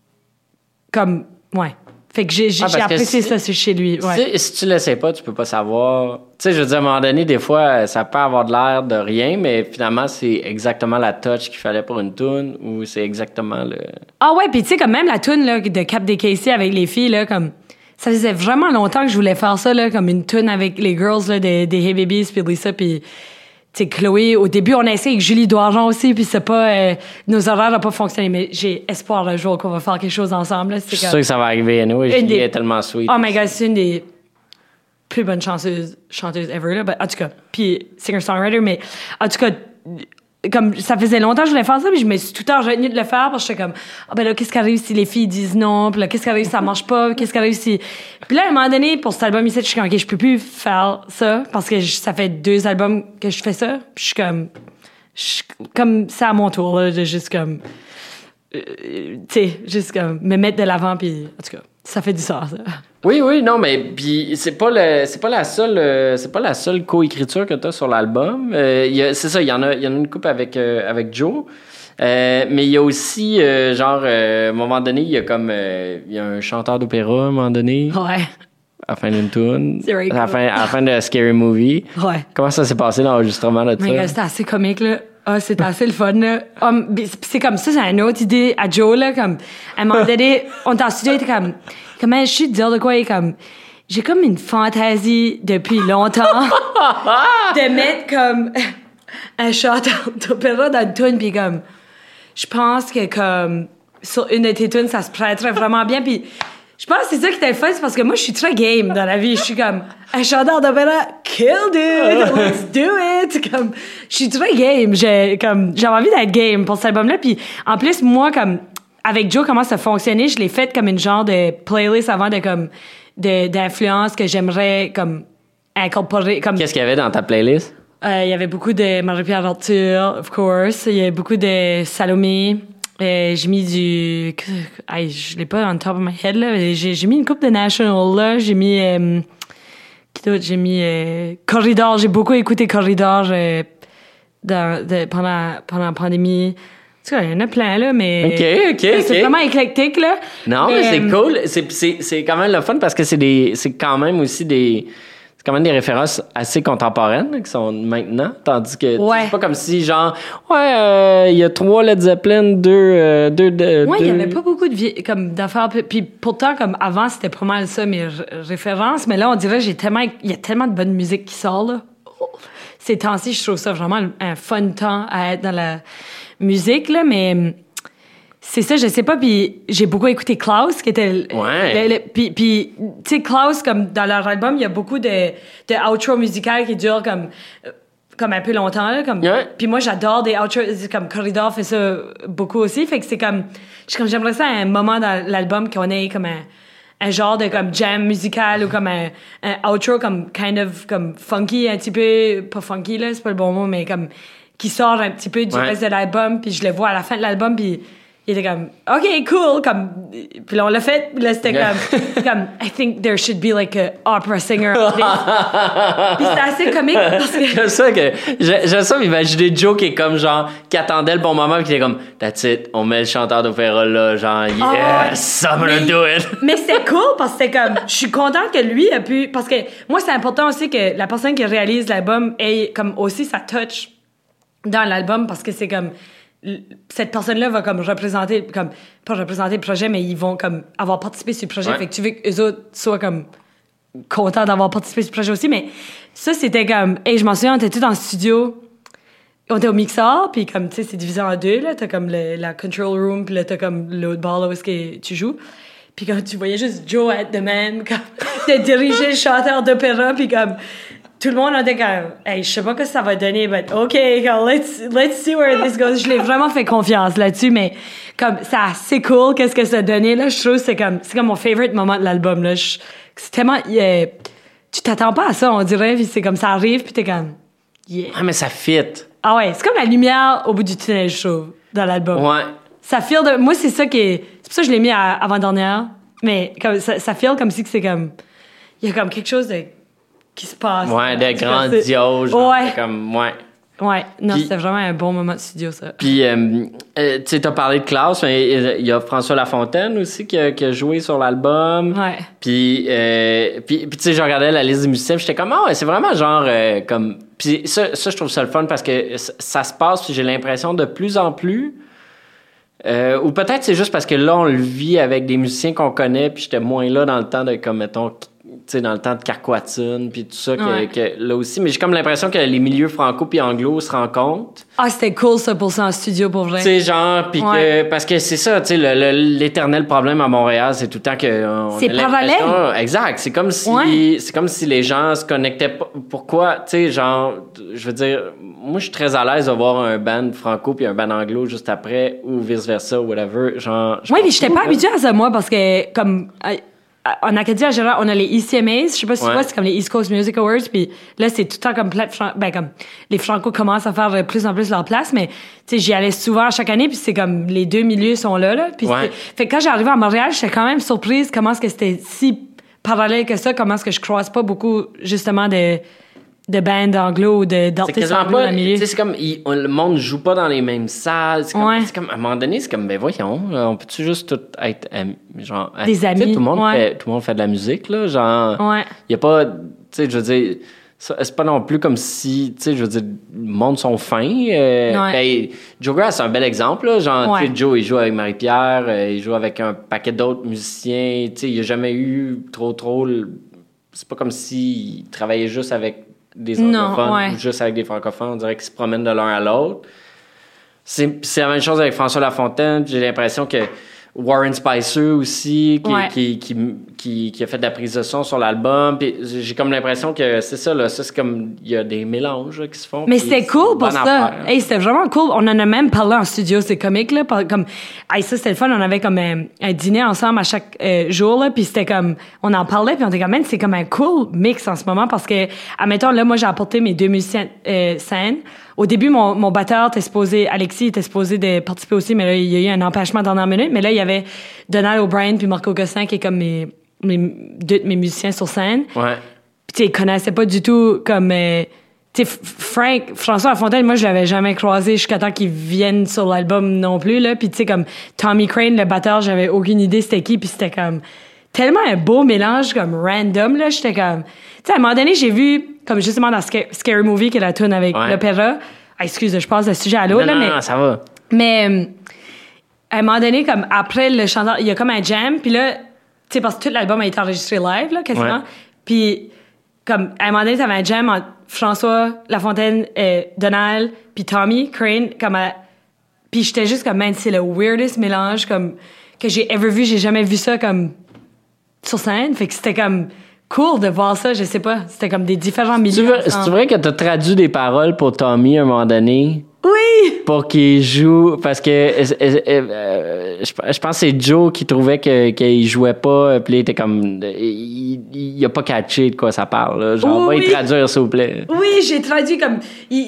S3: comme Fait que j'ai apprécié ça chez lui. Ouais.
S2: Si tu l'essaies pas, tu peux pas savoir. Tu sais, je veux dire, à un moment donné, des fois, ça peut avoir de l'air de rien, mais finalement, c'est exactement la touch qu'il fallait pour une tune ou c'est exactement le...
S3: Ah ouais, puis tu sais, comme même la tune là, de Cap des Casey avec les filles, là, comme... Ça faisait vraiment longtemps que je voulais faire ça, là, comme une tune avec les girls là, des Hey Babies, puis Lisa, puis... Tu sais, Chloé, au début, on a essayé avec Julie Doirjon aussi, puis c'est pas... nos horaires n'ont pas fonctionné, mais j'ai espoir un jour qu'on va faire quelque chose ensemble. Là.
S2: Je suis sûr que ça va arriver. Anyway, Julie est tellement sweet.
S3: Oh my God, c'est une des plus bonnes chanteuses ever, là. En tout cas, puis singer-songwriter, mais en tout cas, comme ça faisait longtemps que je voulais faire ça, mais je me suis tout le temps retenue de le faire, parce que j'étais comme, ben là, qu'est-ce qui arrive si les filles disent non, puis là, qu'est-ce qui arrive si ça marche pas, qu'est-ce qui arrive si... Puis là, à un moment donné, pour cet album ici, je suis comme, OK, je peux plus faire ça, parce que ça fait 2 albums que je fais ça, puis je suis comme, c'est à mon tour, là, de juste comme, tu sais, juste comme, me mettre de l'avant, puis en tout cas, ça fait du sens, ça.
S2: Oui, non, mais puis c'est pas la seule coécriture que tu as sur l'album. C'est ça, il y en a une couple avec Joe. Mais il y a aussi à un moment donné, il y a un chanteur d'opéra à un moment donné.
S3: Ouais.
S2: À la fin d'une tune.
S3: C'est very cool.
S2: À la fin de Scary Movie.
S3: Ouais.
S2: Comment ça s'est passé l'enregistrement de ça?
S3: C'était assez comique, là. Ah, c'était assez le fun, là. C'est comme ça, c'est une autre idée à Joe, là, comme, à un moment donné, on était en studio, il était comme, comment je suis de dire de quoi, il est comme, j'ai comme une fantaisie depuis longtemps de mettre comme un chanteur d'opéra dans une tune, puis comme, je pense que comme, sur une de tes tunes, ça se prêterait vraiment bien, puis je pense que c'est ça qui était le fun, c'est parce que moi, je suis très game dans la vie. Je suis comme, un chanteur d'opéra, kill dude, let's do it. Comme, je suis très game. J'avais envie d'être game pour cet album-là. Puis, en plus, moi, comme, avec Joe, comment ça fonctionnait, je l'ai fait comme une genre de playlist avant d'influence que j'aimerais, comme, incorporer. Comme,
S2: qu'est-ce qu'il y avait dans ta playlist?
S3: Il y avait beaucoup de Marie-Pierre Arthur, of course. Il y avait beaucoup de Salomé. J'ai mis je l'ai pas on top of my head, là. J'ai mis une coupe de National, là. J'ai mis, j'ai mis, Corridor. J'ai beaucoup écouté Corridor, pendant la pandémie. Tu sais, il y en a plein, là, mais...
S2: OK.
S3: C'est vraiment éclectique, là.
S2: Non, mais c'est cool. C'est quand même le fun parce que c'est quand même aussi des... C'est quand même des références assez contemporaines là, qui sont maintenant. Tandis que c'est pas comme si, genre, il y a 3 Led Zeppelin, 2...
S3: il y avait pas beaucoup d'affaires. Puis pourtant, comme avant, c'était pas mal ça, mes références. Mais là, on dirait il y a tellement de bonne musique qui sort, là. Ces temps-ci, je trouve ça vraiment un fun temps à être dans la musique, là, mais c'est ça, je sais pas, puis j'ai beaucoup écouté Klaus, qui était... Puis tu sais, Klaus, comme dans leur album, il y a beaucoup de outro musical qui durent comme un peu longtemps, là, comme... Puis moi, j'adore des outros, comme Corridor fait ça beaucoup aussi, fait que c'est comme j'aimerais ça un moment dans l'album qu'on ait comme un genre de comme jam musical ou comme un outro comme kind of comme funky, un petit peu... Pas funky, là, c'est pas le bon mot, mais comme... qui sort un petit peu du reste de l'album, puis je le vois à la fin de l'album, puis il était comme OK, cool, comme puis là on l'a fait, puis là c'était comme I think there should be like a opera singer of this. Puis c'était assez comique parce que
S2: j'aime ça m'imaginer Joe qui est comme genre qui attendait le bon moment, puis qui était comme that's it, on met le chanteur d'opéra là, genre yes, I'm gonna do it.
S3: Mais c'était cool parce que c'était comme je suis contente que lui a pu, parce que moi c'est important aussi que la personne qui réalise l'album ait comme aussi sa touch dans l'album, parce que c'est comme cette personne-là va comme représenter, comme pas représenter le projet, mais ils vont comme avoir participé sur le projet, fait que tu veux qu'eux autres soient comme contents d'avoir participé sur le projet aussi. Mais ça, c'était comme je m'en souviens, on était tous dans le studio, on était au mixeur, puis comme tu sais c'est divisé en 2 là, t'as comme la control room, puis là t'as comme l'autre bar là où est-ce que tu joues, puis quand tu voyais juste Joe être de même comme de diriger le chanteur d'opéra, puis comme tout le monde était comme je sais pas ce que ça va donner, but OK, let's see where this goes. Je l'ai vraiment fait confiance là-dessus, mais comme c'est assez cool qu'est-ce que ça donnait là. Je trouve que c'est comme mon favorite moment de l'album là. C'est tellement tu t'attends pas à ça, on dirait, puis c'est comme ça arrive, puis t'es comme
S2: Ah, mais ça fit.
S3: Ah ouais, c'est comme la lumière au bout du tunnel, je trouve, dans l'album.
S2: Ouais.
S3: Ça feel moi c'est ça c'est pour ça que je l'ai mis avant-dernière, mais comme ça feel comme si que c'est comme il y a comme quelque chose qui se passe.
S2: Ouais, de grandiose. Comme,
S3: Ouais, non, c'était vraiment un bon moment de studio, ça.
S2: Puis, tu sais, t'as parlé de Klaus, mais il y a François Lafontaine aussi qui a joué sur l'album.
S3: Ouais.
S2: Puis tu sais, je regardais la liste des musiciens, puis j'étais comme, c'est vraiment genre, comme... Puis ça, je trouve ça le fun parce que ça se passe, puis j'ai l'impression de plus en plus... ou peut-être c'est juste parce que là, on le vit avec des musiciens qu'on connaît, puis j'étais moins là dans le temps de, comme, mettons... Tu sais, dans le temps de Carquatine, puis tout ça, que là aussi. Mais j'ai comme l'impression que les milieux franco puis anglo se rencontrent.
S3: Ah, c'était cool, ça, pour ça en studio, pour vrai.
S2: Tu sais, genre, puis que... Parce que c'est ça, tu sais, l'éternel problème à Montréal, c'est tout le temps que...
S3: C'est parallèle.
S2: Exact. C'est comme si les gens se connectaient pas. Pourquoi, tu sais, genre... Je veux dire, moi, je suis très à l'aise de voir un band franco puis un band anglo juste après, ou vice-versa, ou whatever. Genre...
S3: Oui, mais j'étais pas habituée à ça, moi, parce que, comme... En Acadie, en général, on a les ECMAs, je sais pas si tu vois, c'est comme les East Coast Music Awards, puis là, c'est tout le temps comme comme les Franco commencent à faire de plus en plus leur place, mais tu sais, j'y allais souvent chaque année, puis c'est comme les deux milieux sont là, puis fait que quand j'arrivais à Montréal, j'étais quand même surprise comment est-ce que c'était si parallèle que ça, comment est-ce que je croise pas beaucoup, justement, de bands anglo ou d'artistes anglo dans le milieu.
S2: C'est comme le monde joue pas dans les mêmes salles. C'est comme à un moment donné, c'est comme ben voyons, on peut-tu juste tout être genre
S3: des amis.
S2: Tout le monde fait de la musique là, genre y a pas, tu sais, je veux dire, c'est pas non plus comme si, tu sais, je veux dire, le monde sont fins. Ben, Joe Grass, c'est un bel exemple là, genre tu sais, Joe il joue avec Marie-Pierre, il joue avec un paquet d'autres musiciens, tu sais, il y a jamais eu trop c'est pas comme s'il travaillait juste avec des anglophones ou juste avec des francophones, on dirait qu'ils se promènent de l'un à l'autre. C'est la même chose avec François Lafontaine. J'ai l'impression que Warren Spicer aussi, qui a fait de la prise de son sur l'album. Puis j'ai comme l'impression que c'est ça, là. Ça, c'est comme, il y a des mélanges là, qui se font.
S3: Mais c'était cool pour ça. Hey, c'était vraiment cool. On en a même parlé en studio, c'est comique, là. Comme, ça, c'était le fun. On avait comme un dîner ensemble à chaque jour, là. Puis c'était comme, on en parlait, puis on était comme, c'est comme un cool mix en ce moment parce que, admettons, là, moi, j'ai apporté mes 2 musiciens scène. Au début, mon batteur Alexis était supposé de participer aussi, mais là, il y a eu un empêchement dans la minute. Mais là, il y avait Donald O'Brien puis Marco Gosselin qui est comme deux de mes musiciens sur scène.
S2: Ouais.
S3: Puis tu sais, ils connaissaient pas du tout comme... tu sais, François Lafontaine, moi, je l'avais jamais croisé jusqu'à temps qu'il vienne sur l'album non plus, là. Puis, tu sais, comme Tommy Crane, le batteur, j'avais aucune idée c'était qui. Puis, c'était comme tellement un beau mélange, comme random, là. J'étais comme... Tu sais, à un moment donné, j'ai vu, comme justement dans Scary Movie, qui est la tune avec l'opéra. Ah, excuse, je passe de sujet à l'autre, là.
S2: Non, ça va.
S3: Mais, à un moment donné, comme après le chanteur, il y a comme un jam. Puis là, tu sais, parce que tout l'album a été enregistré live, là, quasiment. Puis, comme, à un moment donné, t'avais un jam entre François Lafontaine, Donald, puis Tommy Crane, comme puis j'étais juste comme, man, c'est le weirdest mélange comme que j'ai ever vu. J'ai jamais vu ça comme sur scène. Fait que c'était comme cool de voir ça, je sais pas. C'était comme des différents milieux.
S2: C'est vrai que t'as traduit des paroles pour Tommy à un moment donné?
S3: Oui!
S2: Pour qu'il joue, parce que je pense que c'est Joe qui trouvait qu'il jouait pas, puis il était comme, il a pas catché de quoi ça parle, là. Genre, va y traduire, s'il vous plaît.
S3: Oui, j'ai traduit comme,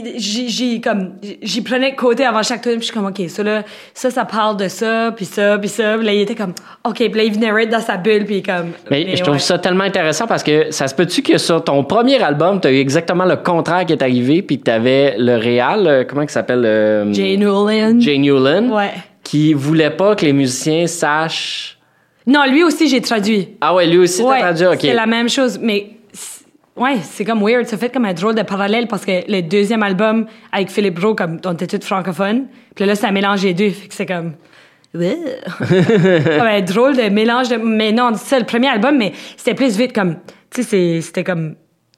S3: j'y prenais côté avant chaque tune, puis je suis comme, OK, ça parle de ça, puis ça, puis ça, puis là, il était comme, OK, puis là, il venait right dans sa bulle, puis comme...
S2: Mais je trouve ça tellement intéressant, parce que ça se peut-tu que sur ton premier album, t'as eu exactement le contraire qui est arrivé, puis que t'avais le réal, comment il s'appelle?
S3: Jay Newland. Ouais.
S2: Qui voulait pas que les musiciens sachent...
S3: Non, lui aussi, j'ai traduit.
S2: Ah ouais, lui aussi, t'as traduit, OK.
S3: C'est la même chose, mais... Ouais, c'est comme weird. Ça fait comme un drôle de parallèle parce que le deuxième album avec Philippe Brault, comme on était tous francophones, puis là, ça mélange les deux. Fait que c'est comme... comme un drôle de mélange de... Mais non, c'est ça, le premier album, mais c'était plus vite comme... Tu sais, c'était comme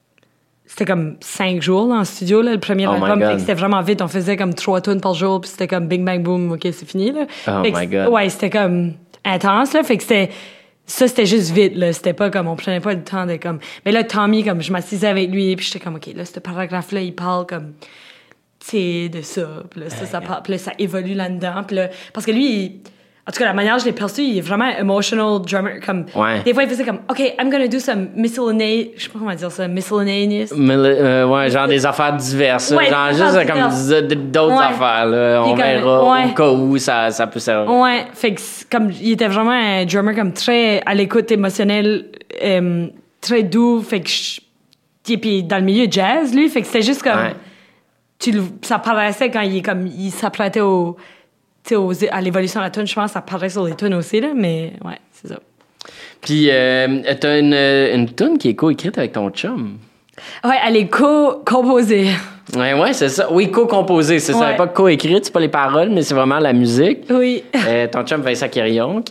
S3: 5 jours là, en studio, là, le premier album. Fait que c'était vraiment vite. On faisait comme 3 tunes par jour, puis c'était comme bing, bang, boom, OK, c'est fini. Là.
S2: Oh my God.
S3: Ouais, c'était comme intense. Là, fait que c'était juste vite. Là. C'était pas comme, on prenait pas le temps de comme... Mais là, Tommy, comme je m'assisais avec lui, puis j'étais comme, OK, là, ce paragraphe-là, il parle comme, tu sais, de ça. Puis là, ça parle, puis là, ça évolue là-dedans. Puis là, parce que lui, en tout cas, la manière dont je l'ai perçu, il est vraiment emotional drummer. Comme, des fois, il faisait comme, OK, I'm gonna do some miscellaneous... Je sais pas comment dire ça, miscellaneous.
S2: Genre des affaires diverses.
S3: Ouais,
S2: genre juste comme d'autres affaires. Là. On verra au cas où ça peut servir.
S3: Ouais, fait que comme, il était vraiment un drummer comme très à l'écoute émotionnelle, très doux. Fait que et puis dans le milieu jazz, lui, fait que c'était juste comme... ça paraissait quand il s'apprêtait à l'évolution de la tune, je pense que ça paraît sur les tunes aussi, là, mais ouais, c'est ça.
S2: Puis, t'as une tune qui est co-écrite avec ton chum.
S3: Ouais, elle est co-composée.
S2: Ouais, c'est ça. Oui, co-composée. C'est ça. Pas co-écrite, c'est pas les paroles, mais c'est vraiment la musique.
S3: Oui.
S2: Ton chum Vincent Quirion,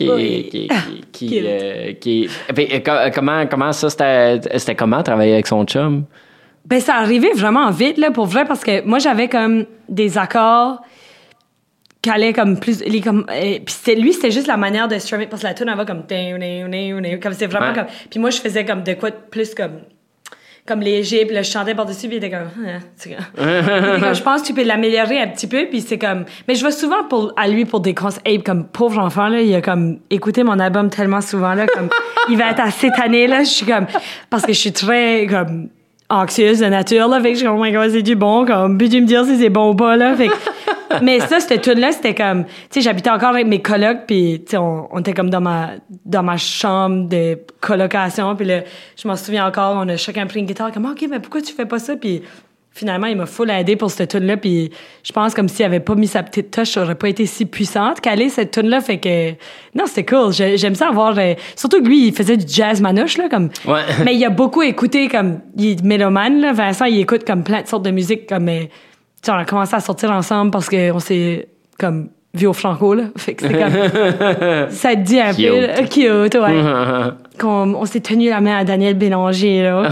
S2: comment ça, c'était comment travailler avec son chum?
S3: Ben, ça arrivait vraiment vite, là, pour vrai, parce que moi, j'avais comme des accords qui allaient comme plus... Puis lui, c'était juste la manière de strummer, parce que la tune, elle va comme... Comme c'est vraiment comme... Puis moi, je faisais comme de quoi de plus comme léger, puis là, je chantais par-dessus, puis il était comme... je pense que tu peux l'améliorer un petit peu, puis c'est comme... Mais je vais souvent à lui pour des conseils, comme pauvre enfant, là, il a comme écouté mon album tellement souvent, là, comme... il va être assez tanné, là, je suis comme... Parce que je suis très, comme... anxieuse de nature, là, fait que je suis comme, oh my God, c'est du bon, comme, peux-tu me dire si c'est bon ou pas, là, fait que... Mais ça, cette tune-là, c'était comme... Tu sais, j'habitais encore avec mes colocs, puis tu sais, on était comme dans ma chambre de colocation, puis là, je m'en souviens encore, on a chacun pris une guitare, comme, OK, mais pourquoi tu fais pas ça? Puis finalement, il m'a full aidé pour cette tune-là, puis je pense comme s'il avait pas mis sa petite touche, ça aurait pas été si puissante qu'elle est, cette tune-là, fait que... Non, c'était cool, j'aime ça avoir... Surtout que lui, il faisait du jazz manouche, là, comme...
S2: Ouais.
S3: Mais il a beaucoup écouté, comme... Il est mélomane, là, Vincent, il écoute comme plein de sortes de musique, comme... on a commencé à sortir ensemble parce qu'on s'est comme vu au Franco, là. Fait que c'était comme... ça te dit un peu... Là, cute, ouais. On s'est tenu la main à Daniel Bélanger, là.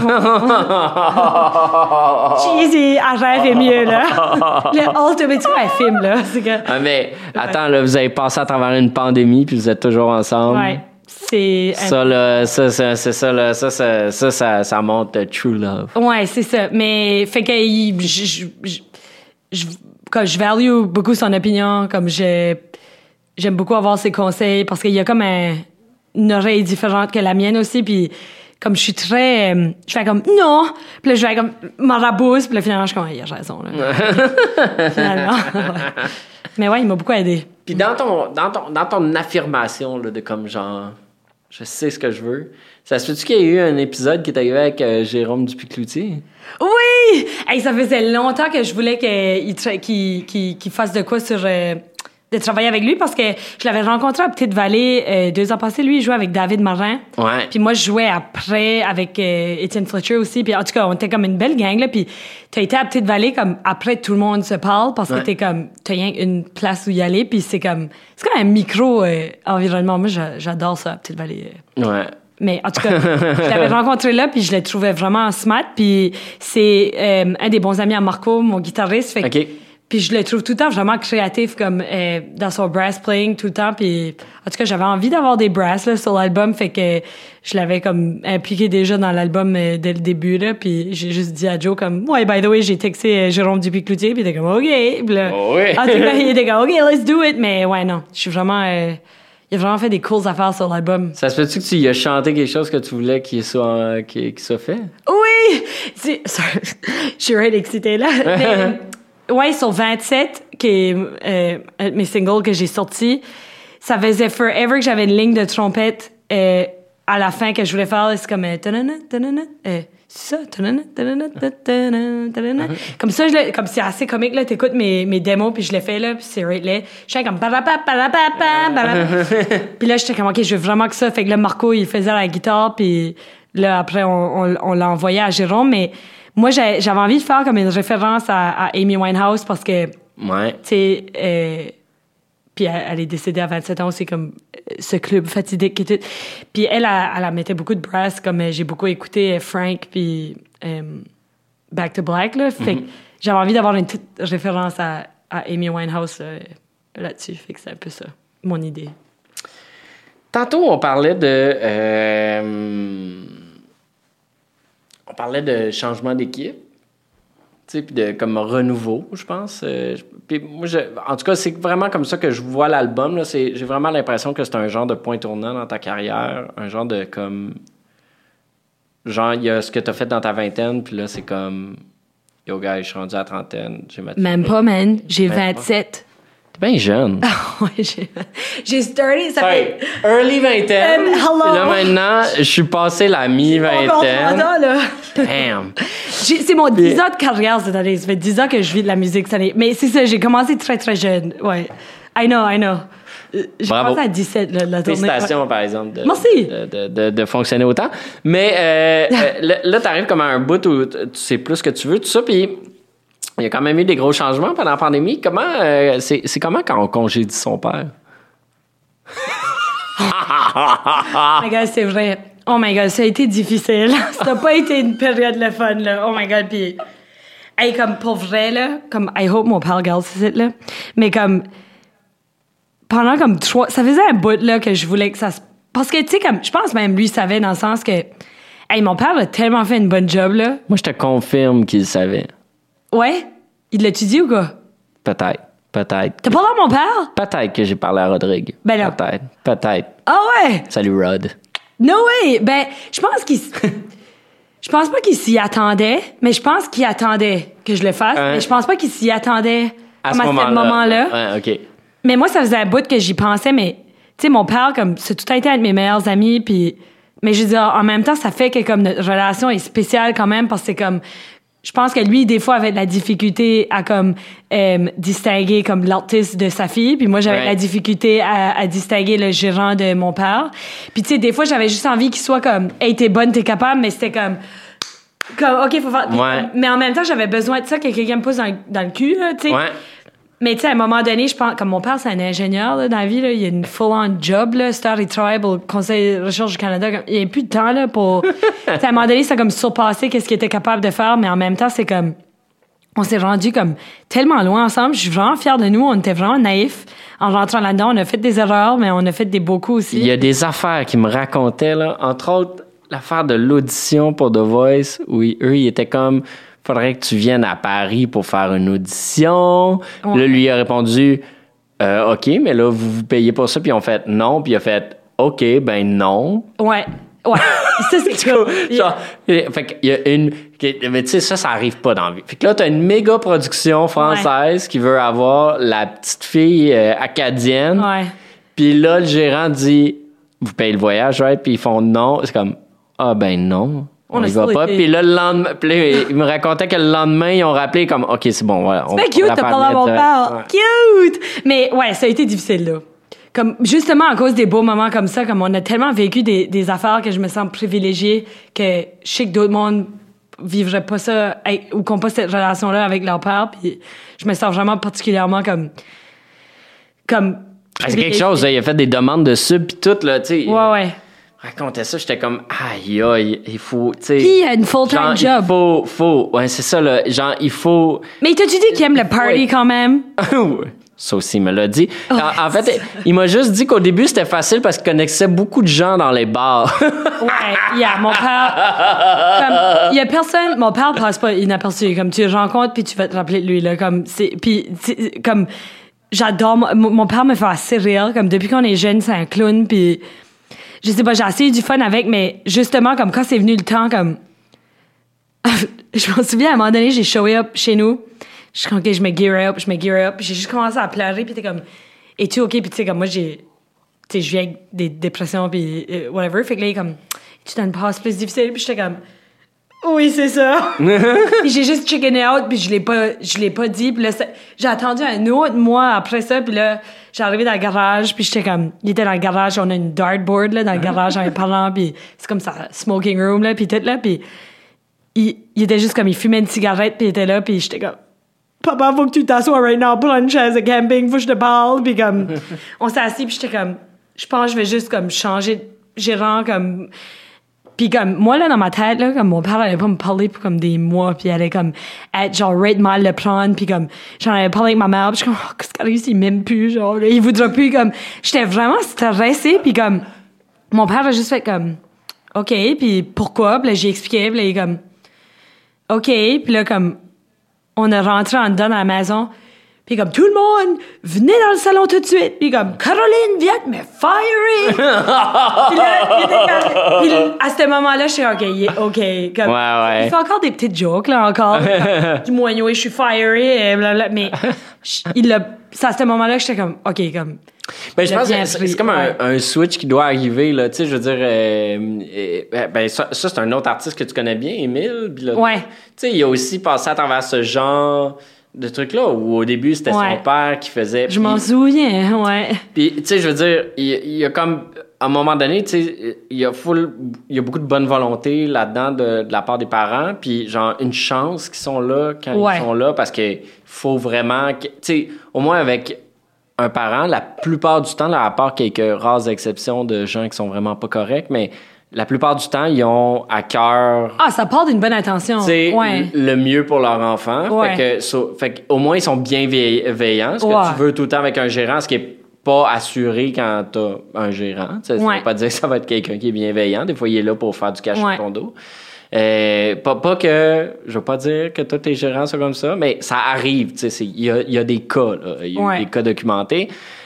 S3: Cheesy, arrête, est mieux, là. Le ultimate film, là. C'est que...
S2: Ah, mais attends, là, vous avez passé à travers une pandémie puis vous êtes toujours ensemble.
S3: Ouais. C'est...
S2: Ça, là, ça montre true love.
S3: Ouais, c'est ça. Mais, fait que je value beaucoup son opinion, comme j'aime beaucoup avoir ses conseils parce qu'il y a comme une oreille différente que la mienne aussi, puis comme je suis très... je fais comme non, puis là je fais comme m'en rabousse, puis là finalement je suis comme il a raison là. Finalement. Ouais. Mais ouais, il m'a beaucoup aidé.
S2: Puis dans ton affirmation là, de comme genre je sais ce que je veux, ça se fait-tu qu'il y a eu un épisode qui est arrivé avec Jérôme Dupuis-Cloutier?
S3: Oui! Oui! Hey, ça faisait longtemps que je voulais qu'il fasse de quoi sur... de travailler avec lui parce que je l'avais rencontré à Petite-Vallée 2 ans passés. Lui, il jouait avec David Marin.
S2: Ouais.
S3: Puis moi, je jouais après avec Étienne Fletcher aussi. Puis en tout cas, on était comme une belle gang, là. Puis t'as été à Petite-Vallée comme après tout le monde se parle parce que t'as rien une place où y aller. Puis c'est comme un micro environnement. Moi, j'adore ça à Petite-Vallée.
S2: Ouais.
S3: Mais en tout cas, je l'avais rencontré là, puis je le trouvais vraiment smart. Puis c'est un des bons amis à Marco, mon guitariste. Fait que, puis je le trouve tout le temps vraiment créatif, comme dans son brass playing tout le temps. Puis en tout cas, j'avais envie d'avoir des brass là, sur l'album, fait que je l'avais comme impliqué déjà dans l'album dès le début là. Puis j'ai juste dit à Joe comme, ouais, by the way, j'ai texté Jérôme Dupuis-Cloutier, puis il était comme, ok. Puis là, en tout cas, il était comme, ok, let's do it. Mais ouais, non, je suis vraiment il a vraiment fait des cool affaires sur l'album.
S2: Ça se peut-tu que tu y as chanté quelque chose que tu voulais qu'il soit fait?
S3: Oui! Sorry, je suis really excitée, là. Mais, ouais, sur 27, qui est un de mes singles que j'ai sortis, ça faisait forever que j'avais une ligne de trompette à la fin que je voulais faire. C'est comme... c'est ça. Comme ça, comme c'est assez comique, là, t'écoutes mes démos, puis je les fais, là, puis c'est right là. Je fais comme... Puis là, j'étais comme, OK, je veux vraiment que ça. Fait que là, Marco, il faisait la guitare, puis là, après, on l'a envoyé à Jérôme. Mais moi, j'avais envie de faire comme une référence à Amy Winehouse parce que...
S2: Ouais.
S3: Tu sais... Puis elle est décédée à 27 ans aussi, comme ce club fatidique qui était. Puis elle mettait beaucoup de brass, comme j'ai beaucoup écouté Frank puis Back to Black, là. Fait que j'avais envie d'avoir une petite référence à Amy Winehouse là-dessus. Fait que c'est un peu ça, mon idée.
S2: Tantôt, on parlait de changement d'équipe. Puis de comme renouveau, je pense. Puis moi, en tout cas, c'est vraiment comme ça que je vois l'album. Là. J'ai vraiment l'impression que c'est un genre de point tournant dans ta carrière, un genre de comme... Genre, il y a ce que tu as fait dans ta vingtaine, puis là, c'est comme... Yo, gars, je suis rendu à la trentaine.
S3: Même pas, man. J'ai 27.
S2: T'es bien jeune.
S3: Ouais, j'ai starté... Ça fait...
S2: Early vingtaine.
S3: Hello.
S2: Puis là, maintenant, je suis passé la mi-vingtaine.
S3: Là.
S2: Damn.
S3: C'est mon 10 ans de carrière cette année. Ça fait 10 ans que je vis de la musique cette année. Mais c'est ça, j'ai commencé très, très jeune. Ouais. I know. J'ai commencé à 17, là, la tournée.
S2: Félicitations, par exemple,
S3: Merci.
S2: De fonctionner autant. Mais là, t'arrives comme à un bout où tu sais plus ce que tu veux, tout ça, puis il y a quand même eu des gros changements pendant la pandémie. Comment c'est comment quand on congédie son père?
S3: Oh my God, c'est vrai. Oh my God, ça a été difficile. Ça n'a pas été une période le fun, là. Oh my God, puis... Hey, comme pour vrai, là, comme... I hope mon père regarde ce là. Mais comme... Pendant comme 3... Ça faisait un bout, là, que je voulais que ça se... Parce que, tu sais, comme... Je pense même lui savait dans le sens que... Hey, mon père a tellement fait une bonne job, là.
S2: Moi, je te confirme qu'il savait.
S3: Ouais? Il l'a-tu dit ou quoi?
S2: Peut-être.
S3: T'as parlé à mon père?
S2: Peut-être que j'ai parlé à Rodrigue.
S3: Ben là.
S2: Peut-être.
S3: Ah ouais?
S2: Salut, Rod.
S3: No way! Ben, je pense qu'il... Je pense pas qu'il s'y attendait, mais je pense qu'il attendait que je le fasse. Mais je pense pas qu'il s'y attendait
S2: à ce
S3: moment-là.
S2: Ouais, OK.
S3: Mais moi, ça faisait un bout que j'y pensais, mais... Tu sais, mon père, comme... C'est tout a été un de mes meilleurs amis, puis... Mais je veux dire, en même temps, ça fait que comme notre relation est spéciale quand même, parce que c'est comme... Je pense que lui, des fois, avait de la difficulté à comme distinguer comme l'artiste de sa fille, puis moi, j'avais de la difficulté à distinguer le gérant de mon père. Puis tu sais, des fois, j'avais juste envie qu'il soit comme « Hey, t'es bonne, t'es capable », mais c'était comme OK, faut faire... Mais en même temps, j'avais besoin de ça, que quelqu'un me pousse dans le cul, là, tu sais.
S2: Ouais.
S3: Mais tu sais, à un moment donné, je pense... Comme mon père, c'est un ingénieur là, dans la vie, là, il a une full-on job, là, Star et Tribe au Conseil de recherche du Canada. Il n'y a plus de temps là, pour... à un moment donné, ça a comme surpassé qu'est-ce qu'il était capable de faire, mais en même temps, c'est comme... On s'est rendu comme tellement loin ensemble. Je suis vraiment fière de nous. On était vraiment naïfs. En rentrant là-dedans, on a fait des erreurs, mais on a fait des beaux coups aussi.
S2: Il y a des affaires qui me racontaient, là, entre autres, l'affaire de l'audition pour The Voice, où eux, ils étaient comme... Faudrait que tu viennes à Paris pour faire une audition. Ouais. Là, lui a répondu OK, mais là, vous payez pas ça. Puis on fait non. Puis il a fait OK, ben non.
S3: Ouais. Ça, c'est cool.
S2: Genre, fait qu'il y a une... Mais tu sais, ça arrive pas dans la vie. Fait que là, t'as une méga production française qui veut avoir la petite fille acadienne.
S3: Ouais.
S2: Puis là, le gérant dit vous payez le voyage, right? Puis ils font non. C'est comme ben non. On y va pas. Puis là, le lendemain, il me racontait que le lendemain, ils ont rappelé comme, OK, c'est bon, voilà.
S3: C'est cute, t'as parlé à mon père. Ouais. Cute! Mais ouais, ça a été difficile, là. Comme, justement, à cause des beaux moments comme ça, comme on a tellement vécu des affaires que je me sens privilégiée que je sais que d'autres mondes vivraient pas ça ou qu'on pas cette relation-là avec leur père. Puis je me sens vraiment particulièrement comme
S2: c'est quelque chose, là, il a fait des demandes de sub pis tout, là, tu sais.
S3: Ouais.
S2: Racontait ça, j'étais comme, aïe, il faut, tu sais.
S3: Puis il a une full-time job.
S2: Ouais, c'est ça, là, genre, il faut.
S3: Mais t'as-tu dit qu'il aime le party quand même?
S2: Ça aussi, il me l'a dit. En fait, il m'a juste dit qu'au début, c'était facile parce qu'il connaissait beaucoup de gens dans les bars.
S3: Ouais, mon père... Comme, il y a personne... Mon père passe pas inaperçu. Comme, tu le rencontres, puis tu vas te rappeler de lui, là. Comme, comme... J'adore... Mon père me fait assez rire. Comme, depuis qu'on est jeune, c'est un clown, puis... Je sais pas, j'ai assez eu du fun avec, mais justement, comme, quand c'est venu le temps, comme... Je m'en souviens, à un moment donné, j'ai showé up chez nous. Je suis comme, OK, je me gear up. J'ai juste commencé à pleurer, puis t'es comme, es-tu OK? Puis tu sais, comme moi, je viens avec des dépressions, puis whatever. Fait que là, il est comme, tu donnes une passe plus difficile, puis j'étais comme, oui, c'est ça. Puis j'ai juste chicken out, puis je l'ai pas dit. Puis là, j'ai attendu un autre mois après ça, puis là, j'ai arrivé dans le garage, puis j'étais comme, il était dans le garage, on a une dartboard, là, dans le garage, avec mes parents, puis c'est comme ça, smoking room, là, puis tout, là, puis il était juste comme, il fumait une cigarette, puis il était là, puis j'étais comme, papa, faut que tu t'assoies right now, prends une chaise de camping, faut que je te parle. Puis comme, on s'est assis, puis j'étais comme, je pense que je vais juste comme changer de gérant, comme. Puis comme, moi, là, dans ma tête, là, comme mon père allait pas me parler pour comme des mois, puis il allait comme être genre right mal le prendre, puis comme, j'en avais parlé avec ma mère, puis je suis comme, qu'est-ce qu'il arrive s'il m'aime plus, genre, là, il voudra plus, comme, j'étais vraiment stressée, puis comme, mon père a juste fait comme, OK, puis pourquoi? Puis là, j'ai expliqué, puis là, il est comme, OK, puis là, comme, on est rentré en dedans dans la maison, puis comme, tout le monde, venez dans le salon tout de suite. Puis comme, Caroline, viens, mais fiery! Puis là, il était comme, puis à ce moment-là, je suis OK. Comme,
S2: ouais.
S3: il fait encore des petites jokes, là, encore. Du moignon, je suis fiery, et blablabla. Mais c'est à ce moment-là que j'étais comme, OK, comme.
S2: Ben, je pense que c'est comme un switch qui doit arriver, là. Tu sais, je veux dire, ça, c'est un autre artiste que tu connais bien, Émile. Là,
S3: ouais.
S2: Tu sais, il a aussi passé à travers ce genre de trucs-là, où au début, c'était son père qui faisait.
S3: Je m'en souviens, ouais.
S2: Puis, tu sais, je veux dire, il y a comme, à un moment donné, tu sais, il y a beaucoup de bonne volonté là-dedans de la part des parents, puis genre, une chance qu'ils sont là quand ils sont là, parce qu'il faut vraiment, tu sais, au moins avec un parent, la plupart du temps, là, à part quelques rares exceptions de gens qui sont vraiment pas corrects, mais la plupart du temps, ils ont à cœur...
S3: Ah, ça part d'une bonne intention.
S2: C'est le mieux pour leur enfant. Ouais. Fait que, au moins, ils sont bienveillants. Ce que tu veux tout le temps avec un gérant, ce qui est pas assuré quand t'as un gérant. Ça veut pas dire que ça va être quelqu'un qui est bienveillant. Des fois, il est là pour faire du cash sur ton dos. Pas que... Je veux pas dire que tous tes gérants sont comme ça, mais ça arrive. Il y a des cas, là. Il y a des cas documentés.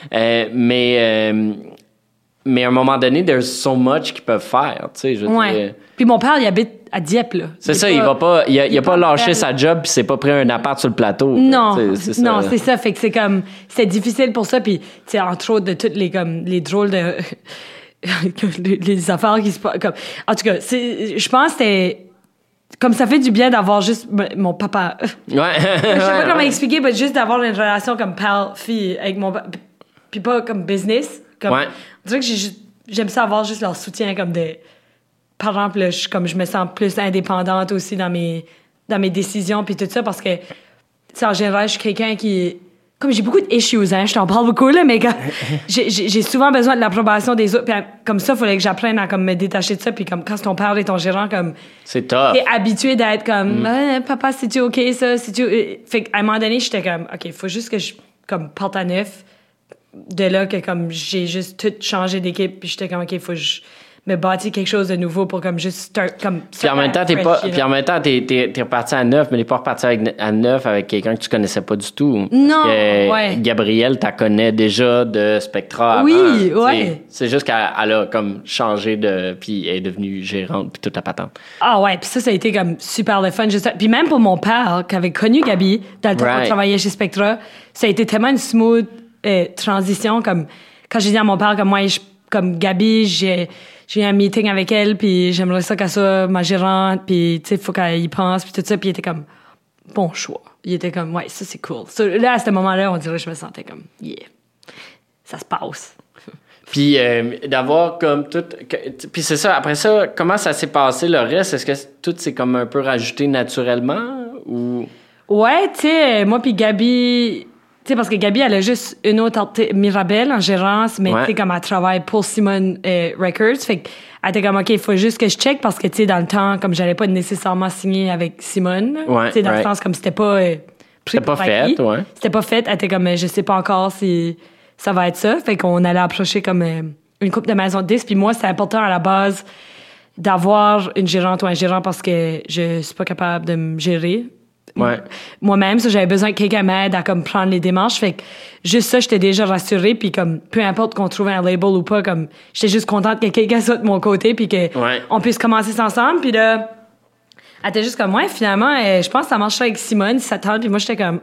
S2: Mais à un moment donné, there's so much qu'ils peuvent faire, tu sais, je veux dire.
S3: Puis mon père, il habite à Dieppe, là.
S2: C'est ça, il a pas lâché sa job puis s'est pas pris un appart sur le plateau.
S3: Non, c'est ça. Fait que c'est comme, c'est difficile pour ça. Puis, tu sais, entre autres, de toutes les drôles de, les affaires qui se passent, comme, en tout cas, je pense que c'était, comme ça fait du bien d'avoir juste mon papa.
S2: Ouais.
S3: Je sais pas comment expliquer, mais juste d'avoir une relation comme père-fille avec mon papa. Puis pas comme business. Comme, on dirait que j'aime ça avoir juste leur soutien comme des parents. Puis là, je me sens plus indépendante aussi dans mes décisions puis tout ça parce que, en général, je suis quelqu'un qui... Comme j'ai beaucoup d'issues, hein, je t'en parle beaucoup, là, mais j'ai souvent besoin de l'approbation des autres. Puis comme ça, il fallait que j'apprenne à comme, me détacher de ça. Puis comme quand ton père et ton gérant, comme...
S2: C'est tough.
S3: T'es habitué d'être comme, papa, c'est-tu OK, ça? C'est-tu... Fait qu'à un moment donné, j'étais comme, OK, il faut juste que je comme, porte à neuf. De là que comme j'ai juste tout changé d'équipe puis j'étais comme OK, faut que je me bâtis quelque chose de nouveau pour comme juste start comme
S2: puis en même temps t'es reparti à neuf mais t'es pas reparti à neuf avec quelqu'un que tu connaissais pas du tout.
S3: Non,
S2: Gabrielle t'as connais déjà de Spectra avant.
S3: Oui,
S2: c'est juste qu'elle a comme changé de puis elle est devenue gérante puis toute la patente.
S3: Ah ouais, puis ça a été comme super le fun juste puis même pour mon père qui avait connu Gabi dans le temps où travaillait chez Spectra, ça a été tellement une smooth transition comme quand j'ai dit à mon père comme moi comme Gabi, j'ai eu un meeting avec elle, puis j'aimerais ça qu'elle soit ma gérante, puis tu sais, faut qu'elle y pense, puis tout ça, puis il était comme, bon choix. Il était comme, ouais, ça c'est cool. So, là, à ce moment-là, on dirait que je me sentais comme, yeah, ça se passe.
S2: Puis d'avoir comme tout... Puis c'est ça, après ça, comment ça s'est passé le reste? Est-ce que tout s'est comme un peu rajouté naturellement ou...
S3: Ouais, tu sais, moi puis Gabi... Tu sais, parce que Gabi, elle a juste une autre... Mirabelle en gérance, mais tu sais, comme elle travaille pour Simone Records. Fait qu'elle était comme, OK, il faut juste que je check parce que, tu sais, dans le temps, comme j'allais pas nécessairement signer avec Simone.
S2: Ouais,
S3: tu sais, dans le sens, comme c'était pas...
S2: c'était pas fait, ouais.
S3: C'était pas fait. Elle était comme, je sais pas encore si ça va être ça. Fait qu'on allait approcher comme une couple de maisons de disques. Puis moi, c'était important à la base d'avoir une gérante ou un gérant parce que je suis pas capable de me gérer.
S2: Ouais.
S3: Moi-même, ça, j'avais besoin que quelqu'un m'aide à comme prendre les démarches. Fait que juste ça, j'étais déjà rassurée. Puis comme, peu importe qu'on trouve un label ou pas, comme, j'étais juste contente que quelqu'un soit de mon côté puis que on puisse commencer ça ensemble. Puis là, elle était juste comme, ouais, finalement, je pense que ça marcherait avec Simone si ça tente. Puis moi, j'étais comme...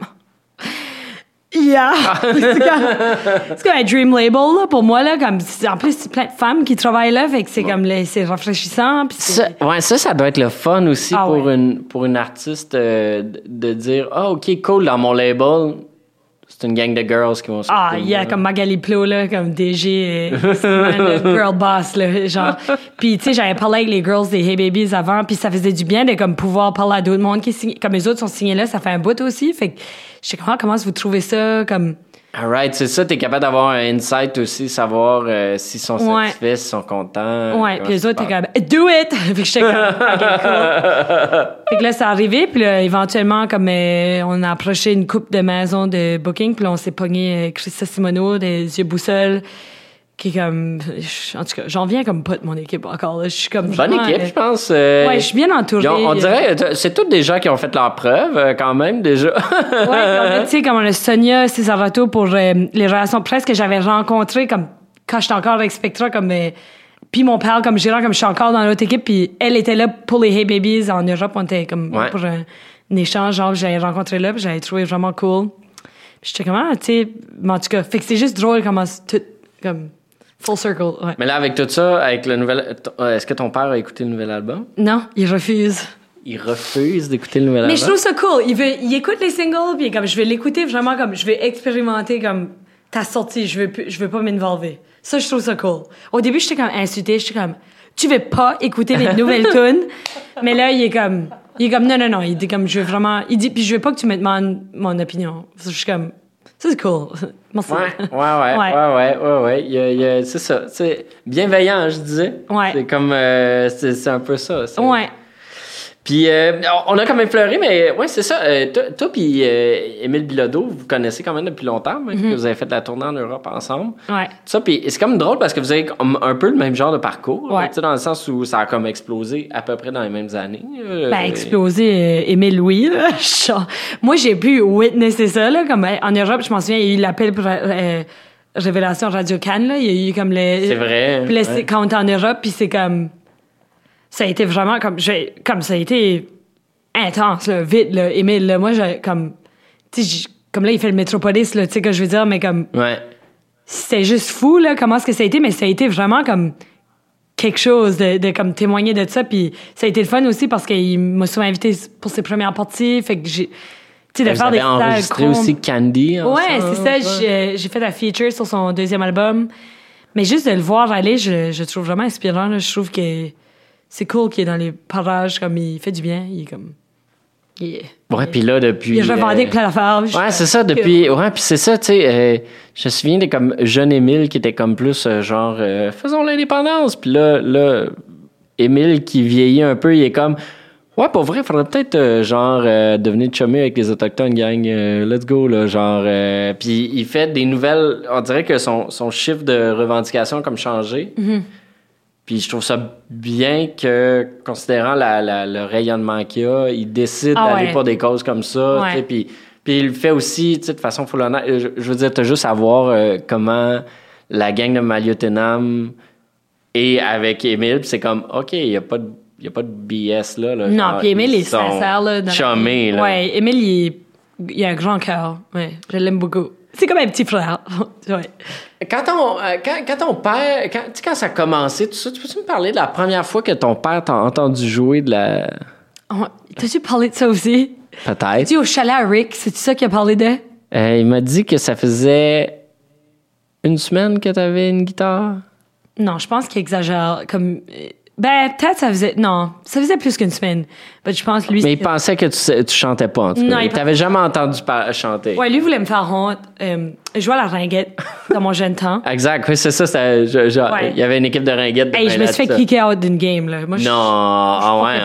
S3: Yeah! c'est comme un dream label, là, pour moi, là. Comme, en plus, c'est plein de femmes qui travaillent là, fait que c'est comme, c'est rafraîchissant. Puis
S2: ça doit être le fun aussi pour une artiste de dire, OK, cool, dans mon label, c'est une gang de girls qui vont se
S3: comme Magali Plot, là, comme DG, girl boss, là, genre. Puis, tu sais, j'avais parlé avec les girls des Hey Babies avant, puis ça faisait du bien de, comme, pouvoir parler à d'autres mondes qui signent. Comme les autres sont signés là, ça fait un bout aussi, fait que je sais comment vous trouvez ça, comme...
S2: Alright, c'est ça, t'es capable d'avoir un insight aussi, savoir s'ils sont satisfaits, s'ils sont contents.
S3: Ouais, puis les autres, t'es comme, do it! Fait que j'étais comme, okay, cool. Fait que là, c'est arrivé, puis là, éventuellement, comme on a approché une couple de maisons de booking, puis là, on s'est pogné Christa Simoneau, des Yeux Boussole, qui est comme... En tout cas, j'en viens comme pas de mon équipe encore, là. Je suis comme...
S2: Bonne équipe, je pense.
S3: Ouais, je suis bien entourée.
S2: On dirait, c'est tous des gens qui ont fait leur preuve, quand même, déjà.
S3: Ouais, tu sais, comme on a Sonia Cesarato pour les relations presse que j'avais rencontrées, comme, quand j'étais encore avec Spectra, comme... puis mon père, comme gérant, comme je suis encore dans l'autre équipe, puis elle était là pour les Hey Babies en Europe, on était comme pour un échange, genre, j'avais rencontré là, puis j'avais trouvé vraiment cool. Puis j'étais comme, tu sais, en tout cas, fait que c'est juste drôle comment tout, comme... Full circle, ouais.
S2: Mais là, avec tout ça, avec le nouvel... Est-ce que ton père a écouté le nouvel album?
S3: Non, il refuse.
S2: Il refuse d'écouter le nouvel album?
S3: Mais je trouve ça cool. Il écoute les singles, puis comme, je vais l'écouter vraiment comme... Je vais expérimenter comme ta sortie. Je veux pas m'involver. Ça, je trouve ça cool. Au début, j'étais comme insultée. J'étais comme, tu veux pas écouter les nouvelles tunes? Mais là, il est comme, non. Il dit comme, je veux vraiment... Il dit, puis je veux pas que tu me demandes mon opinion. Je suis comme... Ça, c'est cool. Merci.
S2: Ouais. C'est ça. C'est bienveillant, je disais.
S3: Ouais.
S2: C'est comme... c'est un peu ça.
S3: Ouais.
S2: Puis, on a quand même pleuré, mais ouais, c'est ça. Toi puis Émile Bilodeau, vous connaissez quand même depuis longtemps, même, que vous avez fait la tournée en Europe ensemble.
S3: Ouais.
S2: Ça, puis c'est comme drôle parce que vous avez un peu le même genre de parcours.
S3: Ouais.
S2: Tu sais, dans le sens où ça a comme explosé à peu près dans les mêmes années.
S3: Explosé, Émile Louis, là. Moi, j'ai pu witnesser ça, là. Comme en Europe, je m'en souviens, il y a eu l'appel pour Révélation Radio-Can, là. Il y a eu comme les...
S2: C'est vrai.
S3: Puis là, quand on est en Europe, puis c'est comme... Ça a été vraiment comme ça a été intense, là, vite, là. Émile, là, moi, comme, tu sais, comme là, il fait le Métropolis, là, tu sais, que je veux dire, mais comme, c'était juste fou, là, comment est-ce que ça a été, mais ça a été vraiment comme quelque chose de comme témoigner de ça, puis ça a été le fun aussi parce qu'il m'a souvent invité pour ses premières parties, fait que j'ai, tu sais, de faire des
S2: enregistré aussi Candy.
S3: Ouais, c'est ça, j'ai fait la feature sur son deuxième album, mais juste de le voir aller, je trouve vraiment inspirant, là, je trouve que c'est cool qu'il est dans les parages, comme il fait du bien, il est comme...
S2: Ouais, puis là, depuis...
S3: Il revendique plein d'affaires.
S2: Ouais, c'est ça, depuis... Ouais, puis c'est ça, tu sais, je me souviens de comme jeune Émile qui était comme plus genre, faisons l'indépendance, puis là, Émile qui vieillit un peu, il est comme... Ouais, pour vrai, il faudrait peut-être, genre, devenir chumé avec les Autochtones, gang, let's go, là, genre... Puis il fait des nouvelles... On dirait que son chiffre de revendication a comme changé.
S3: Mm-hmm.
S2: Puis je trouve ça bien que, considérant le rayonnement qu'il a, il décide d'aller pour des causes comme ça.
S3: Ouais.
S2: Puis il le fait aussi de façon full honnête. Je veux dire, t'as juste à voir comment la gang de Maliotenam est avec Émile. Puis c'est comme, OK, il n'y a pas de BS là.
S3: Non, puis Émile est sincère. Là,
S2: chumé, là.
S3: Ouais, Émile, il a un grand cœur. Ouais, je l'aime beaucoup. C'est comme un petit frère. Ouais.
S2: Quand ton père, quand ça a commencé, tout ça, tu peux-tu me parler de la première fois que ton père t'a entendu jouer de la...
S3: Oh, t'as-tu parlé de ça aussi?
S2: Peut-être.
S3: Tu au chalet à Rick, c'est ça qu'il a parlé de?
S2: Il m'a dit que ça faisait une semaine que t'avais une guitare.
S3: Non, je pense qu'il exagère. Comme, peut-être ça faisait... Non, ça faisait plus qu'une semaine. Mais je pense, lui...
S2: Mais il pensait que tu chantais pas, en tout cas.
S3: Non,
S2: il t'avait jamais entendu chanter.
S3: Ouais, lui voulait me faire honte. Je jouais à la ringuette dans mon jeune temps.
S2: Exact, oui, c'est ça. Il y avait une équipe de ringuettes.
S3: Hey, je me suis fait kicker out d'une game, là. Moi,
S2: non, ouais.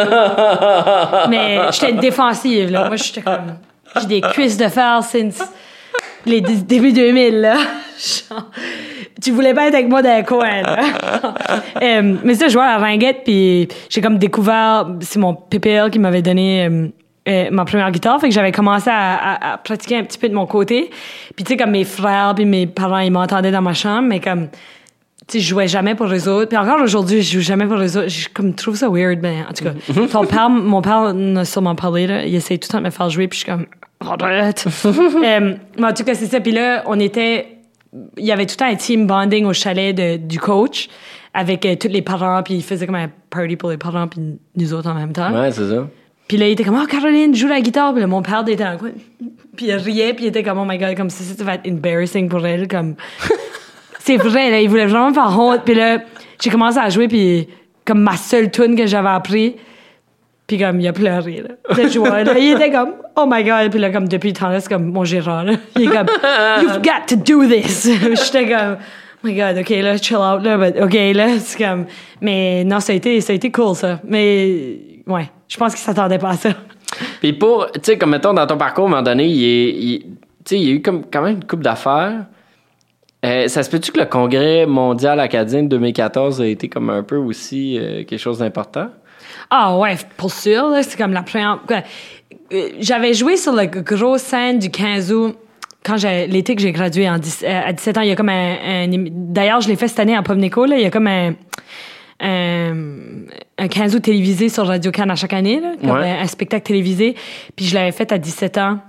S3: Pas mais j'étais une défensive, là. Moi, j'étais comme... J'ai des cuisses de fer since les débuts 2000, là. Genre, tu voulais pas être avec moi dans un coin, là. Mais ça, je jouais à la ringuette, puis j'ai comme découvert... C'est mon PPL qui m'avait donné... ma première guitare, fait que j'avais commencé à pratiquer un petit peu de mon côté. Puis tu sais, comme mes frères puis mes parents, ils m'entendaient dans ma chambre, mais comme, tu sais, je jouais jamais pour les autres. Puis encore aujourd'hui, je joue jamais pour les autres. Je comme, trouve ça weird, mais en tout cas, mon père en a sûrement parlé, là. Il essaie tout le temps de me faire jouer, puis je suis comme, arrête. Mais en tout cas, c'est ça. Puis là, il y avait tout le temps un team bonding au chalet du coach avec tous les parents, puis il faisait comme un party pour les parents, puis nous autres en même temps.
S2: Ouais, c'est ça.
S3: Puis là, il était comme, Caroline, joue la guitare. Puis là, mon père était dans le coin. Puis il riait, puis il était comme, oh my God, comme ça va être embarrassing pour elle. Comme, c'est vrai, là, il voulait vraiment me faire honte. Puis là, j'ai commencé à jouer, puis comme ma seule tune que j'avais appris. Puis comme, il a pleuré, là. Je jouais, là, il était comme, oh my God. Puis là, comme, depuis le temps-là, c'est comme mon gérant, là. Il est comme, you've got to do this. J'étais comme, oh my God, OK, là, chill out, là. But OK, là, c'est comme, mais non, ça a été cool, ça. Mais, ouais. Je pense qu'il s'attendait pas à ça.
S2: Puis tu sais, comme mettons, dans ton parcours, à un moment donné, il y a eu quand même une couple d'affaires. Ça se peut-tu que le Congrès mondial acadien de 2014 a été comme un peu aussi quelque chose d'important?
S3: Ah ouais, pour sûr. Là, c'est comme la première... J'avais joué sur la grosse scène du 15 août quand l'été que j'ai gradué à 17 ans. Il y a comme d'ailleurs, je l'ai fait cette année à Povnico. Là, il y a comme un 15 août télévisé sur Radio-Can à chaque année, là, comme un spectacle télévisé. Puis je l'avais fait à 17 ans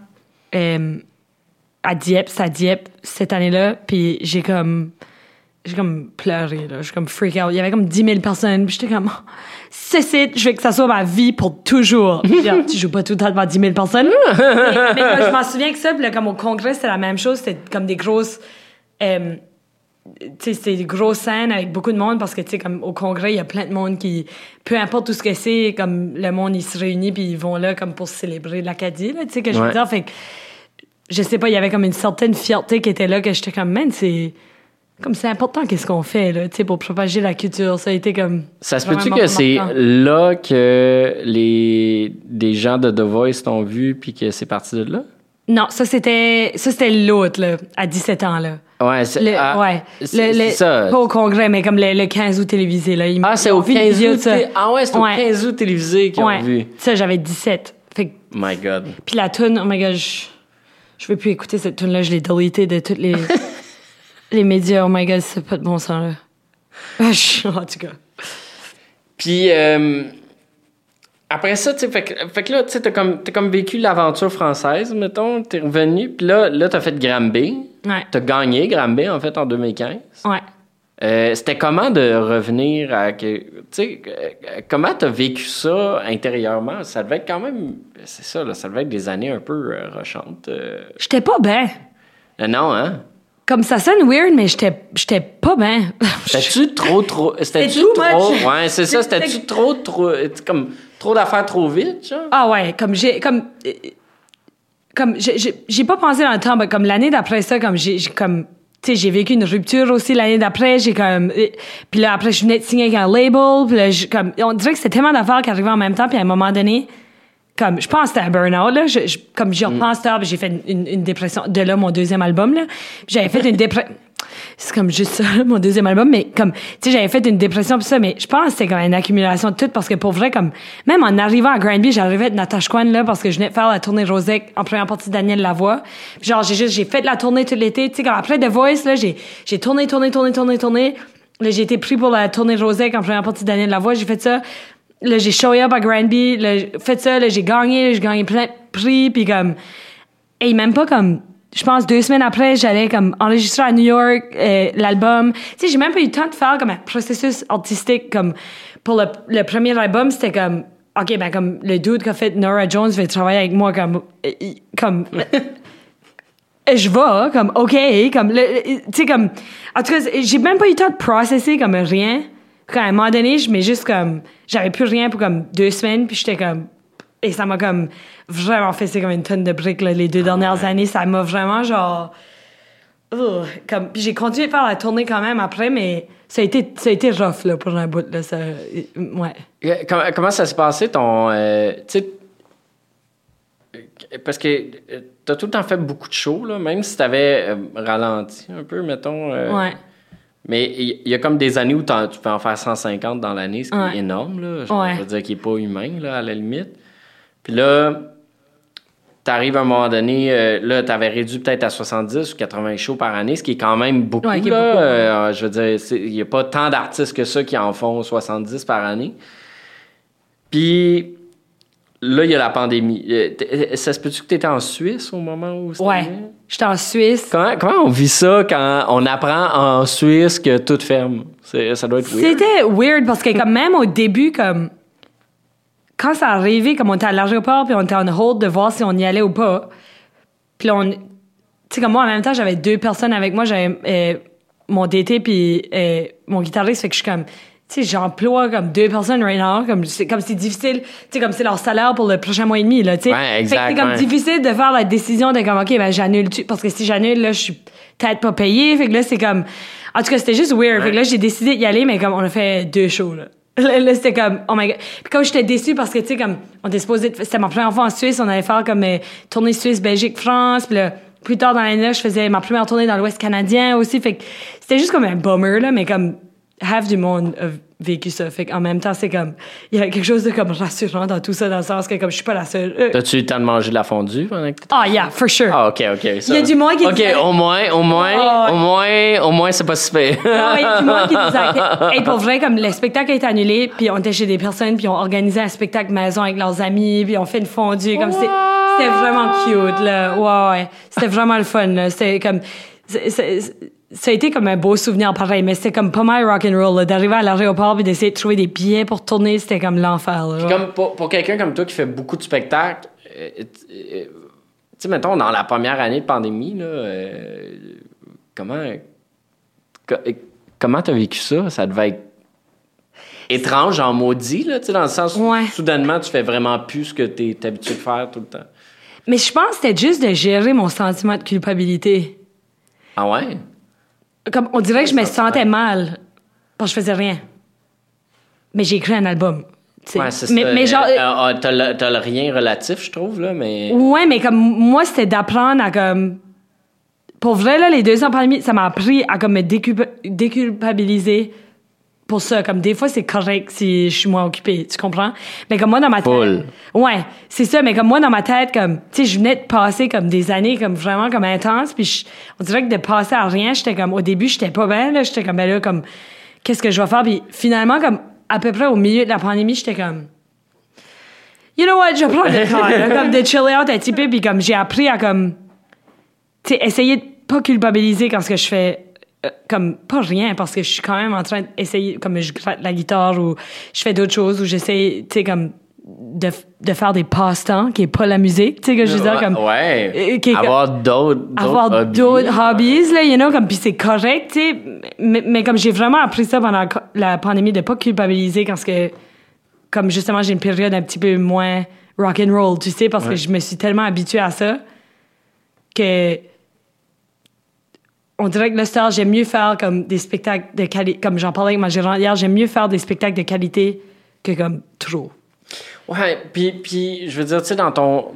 S3: à Dieppe, cette année-là. Puis j'ai comme pleuré, là. J'ai comme freak out. Il y avait comme 10 000 personnes. Puis j'étais comme, c'est, je veux que ça soit ma vie pour toujours. Genre, tu joues pas tout le temps devant 10 000 personnes. mais comme, je m'en souviens que ça, puis là, comme au congrès, c'était la même chose. C'était comme des grosses... tu sais, c'est des grosses scènes avec beaucoup de monde parce que, tu sais, comme au congrès, il y a plein de monde qui, peu importe tout ce que c'est, comme le monde, il se réunit puis ils vont là comme pour célébrer l'Acadie, là, tu sais, que je veux dire. Fait que, je sais pas, il y avait comme une certaine fierté qui était là que j'étais comme, man, c'est important qu'est-ce qu'on fait, là, tu sais, pour propager la culture. Ça a été comme... Ça se peut-tu
S2: que c'est là que des gens de The Voice t'ont vu puis que c'est parti de là?
S3: Non, ça c'était l'autre, là, à 17 ans, là.
S2: Ouais, c'est
S3: ça. Pas au congrès, mais comme le 15 août télévisé, là.
S2: C'est au 15 août. C'est au 15 août télévisé qu'ils ont vu.
S3: Ça, j'avais 17. Fait que,
S2: my God.
S3: Puis la tune, oh my God, je veux plus écouter cette tune-là. Je l'ai deletée de tous les médias. Oh my God, c'est pas de bon sens, là. En tout cas.
S2: Puis... après ça, tu sais, fait que là, tu sais, t'as comme vécu l'aventure française, mettons, t'es revenu, puis là, t'as fait Granby.
S3: Ouais.
S2: T'as gagné Granby, en fait, en 2015.
S3: Ouais.
S2: C'était comment de revenir à... Tu sais, comment t'as vécu ça intérieurement? Ça devait être quand même... C'est ça, là, ça devait être des années un peu rochantes.
S3: J'étais pas bien.
S2: Non, hein?
S3: Comme ça sonne weird, mais j'étais pas bien.
S2: C'était-tu trop... C'était-tu trop... Ouais, c'est ça, c'était-tu trop... Comme... Trop d'affaires trop vite, genre?
S3: Ah ouais, j'ai pas pensé dans le temps, mais comme l'année d'après ça, comme tu sais, j'ai vécu une rupture aussi l'année d'après, puis là, après, je venais de signer avec un label, puis là, on dirait que c'était tellement d'affaires qui arrivaient en même temps, puis à un moment donné, comme, je pense que c'était un burn-out, là, comme j'y repense tard, j'ai fait une dépression, de là, mon deuxième album, là, puis j'avais fait une dépression... C'est comme juste ça, mon deuxième album, mais comme, tu sais, j'avais fait une dépression pis ça, mais je pense que c'était comme une accumulation de tout, parce que pour vrai, comme, même en arrivant à Granby, j'arrivais de Natasha Kwan, là, parce que je venais de faire la tournée Rosec en première partie de Daniel Lavoie. Puis genre, j'ai fait la tournée tout l'été, tu sais, comme après The Voice, là, j'ai tourné. Là, j'ai été pris pour la tournée Rosec en première partie de Daniel Lavoie, j'ai fait ça. Là, j'ai show up à Granby, là, j'ai fait ça, là, j'ai gagné plein de prix, puis comme, et même pas comme, je pense 2 semaines après, j'allais comme enregistrer à New York l'album. Tu sais, j'ai même pas eu le temps de faire comme un processus artistique comme pour le premier album, c'était comme OK, ben comme le dude qui a fait Norah Jones veut travailler avec moi comme je vais comme OK, comme tu sais comme en tout cas, j'ai même pas eu le temps de processer comme rien. Quand à un moment donné, je mets juste comme j'avais plus rien pour comme 2 semaines, puis j'étais comme et ça m'a comme vraiment fait c'est comme une tonne de briques là, les 2 dernières années, ça m'a vraiment genre comme puis j'ai continué de faire la tournée quand même après, mais ça a été rough là pour un bout là, ça ouais.
S2: Comment ça s'est passé ton tu sais parce que t'as tout le temps fait beaucoup de shows là, même si t'avais ralenti un peu mettons
S3: ouais.
S2: Mais il y a comme des années où tu peux en faire 150 dans l'année, ce qui est énorme là, je veux dire qu'il est pas humain là à la limite. Puis là, t'arrives à un moment donné, là, t'avais réduit peut-être à 70 ou 80 shows par année, ce qui est quand même beaucoup, là. Beaucoup. Je veux dire, il n'y a pas tant d'artistes que ça qui en font 70 par année. Puis là, il y a la pandémie. Ça se peut-tu que t'étais en Suisse au moment où c'était?
S3: Ouais, j'étais en Suisse.
S2: Comment on vit ça quand on apprend en Suisse que tout ferme? Ça doit être weird.
S3: C'était weird parce que comme même au début, comme quand ça arrivait, comme on était à l'aéroport, puis on était en hold de voir si on y allait ou pas. Puis là, tu sais, comme moi, en même temps, j'avais 2 personnes avec moi. J'avais mon DT puis mon guitariste. Fait que je suis comme, tu sais, j'emploie comme 2 personnes right now. Comme c'est difficile. Tu sais, comme c'est leur salaire pour le prochain mois et demi, là, tu sais.
S2: Ouais, exact.
S3: Fait que c'est comme difficile de faire la décision de comme, OK, ben j'annule. Parce que si j'annule, là, je suis peut-être pas payée. Fait que là, c'est comme... En tout cas, c'était juste weird. Ouais. Fait que là, j'ai décidé d'y aller, mais comme on a fait 2 shows, là. Là, c'était comme, oh my God. Puis comme j'étais déçue parce que, tu sais, comme, on était supposé, c'était ma première fois en Suisse, on allait faire comme tournée Suisse, Belgique, France. Puis là, plus tard dans l'année, je faisais ma première tournée dans l'Ouest canadien aussi. Fait que c'était juste comme un bummer, là, mais comme, half du monde a vécu ça. Fait qu'en même temps, c'est comme, il y a quelque chose de comme rassurant dans tout ça, dans le sens que comme je suis pas la seule.
S2: T'as-tu eu le temps de manger de la fondue pendant que t'étais?
S3: Ah, yeah, for sure.
S2: Ah, OK. Ça.
S3: Il y a du monde qui
S2: disait... OK, au moins, c'est pas si pire.
S3: Il y a du monde qui disait, hey, pour vrai, comme le spectacle a été annulé, puis on était chez des personnes, puis on organisait un spectacle maison avec leurs amis, puis on fait une fondue, comme c'était vraiment cute, là. Ouais. C'était vraiment le fun, là. C'était comme, ça a été comme un beau souvenir pareil, mais c'était comme pas mal rock'n'roll, là. D'arriver à l'aéroport puis d'essayer de trouver des billets pour tourner, c'était comme l'enfer, là.
S2: Puis comme pour quelqu'un comme toi qui fait beaucoup de spectacles, tu sais, mettons, dans la première année de pandémie, là, comment t'as vécu ça? Ça devait être étrange en maudit, là, tu sais, dans le sens où soudainement, tu fais vraiment plus ce que t'es habitué de faire tout le temps.
S3: Mais je pense que c'était juste de gérer mon sentiment de culpabilité.
S2: Ah ouais?
S3: Comme, on dirait que je me sentais mal parce que je faisais rien. Mais j'ai écrit un album.
S2: Ouais, c'est mais genre, t'as le rien relatif, je trouve, là, mais...
S3: Ouais, mais comme, moi, c'était d'apprendre à, comme... Pour vrai, là, les 2 ans pandémie, ça m'a appris à, comme, me déculpabiliser pour ça. Comme, des fois, c'est correct si je suis moins occupée, tu comprends? Mais comme moi, dans ma tête... Ouais, c'est ça, mais comme moi, dans ma tête, comme... Tu sais, je venais de passer, comme, des années, comme, vraiment, comme, intenses, puis on dirait que de passer à rien, j'étais comme... Au début, j'étais pas bien, là. J'étais comme, ben là, comme... Qu'est-ce que je vais faire? Puis finalement, comme, à peu près au milieu de la pandémie, j'étais comme... You know what? Je vais prendre le temps, là, comme, de chill out un petit peu, puis comme, j'ai appris à, comme... Tu sais, essayer de pas culpabiliser quand ce que je fais... comme pas rien parce que je suis quand même en train d'essayer comme je gratte la guitare ou je fais d'autres choses ou j'essaie tu sais comme de faire des passe-temps qui est pas la musique tu sais que je veux dire comme
S2: avoir d'autres
S3: hobbies là you know comme puis c'est correct tu sais mais comme j'ai vraiment appris ça pendant la pandémie de pas culpabiliser parce que comme justement j'ai une période un petit peu moins rock and roll tu sais parce que je me suis tellement habituée à ça que on dirait que le star, j'aime mieux faire comme des spectacles de qualité, comme j'en parlais avec ma gérante hier, j'aime mieux faire des spectacles de qualité que comme trop.
S2: Ouais, puis je veux dire, tu sais, dans ton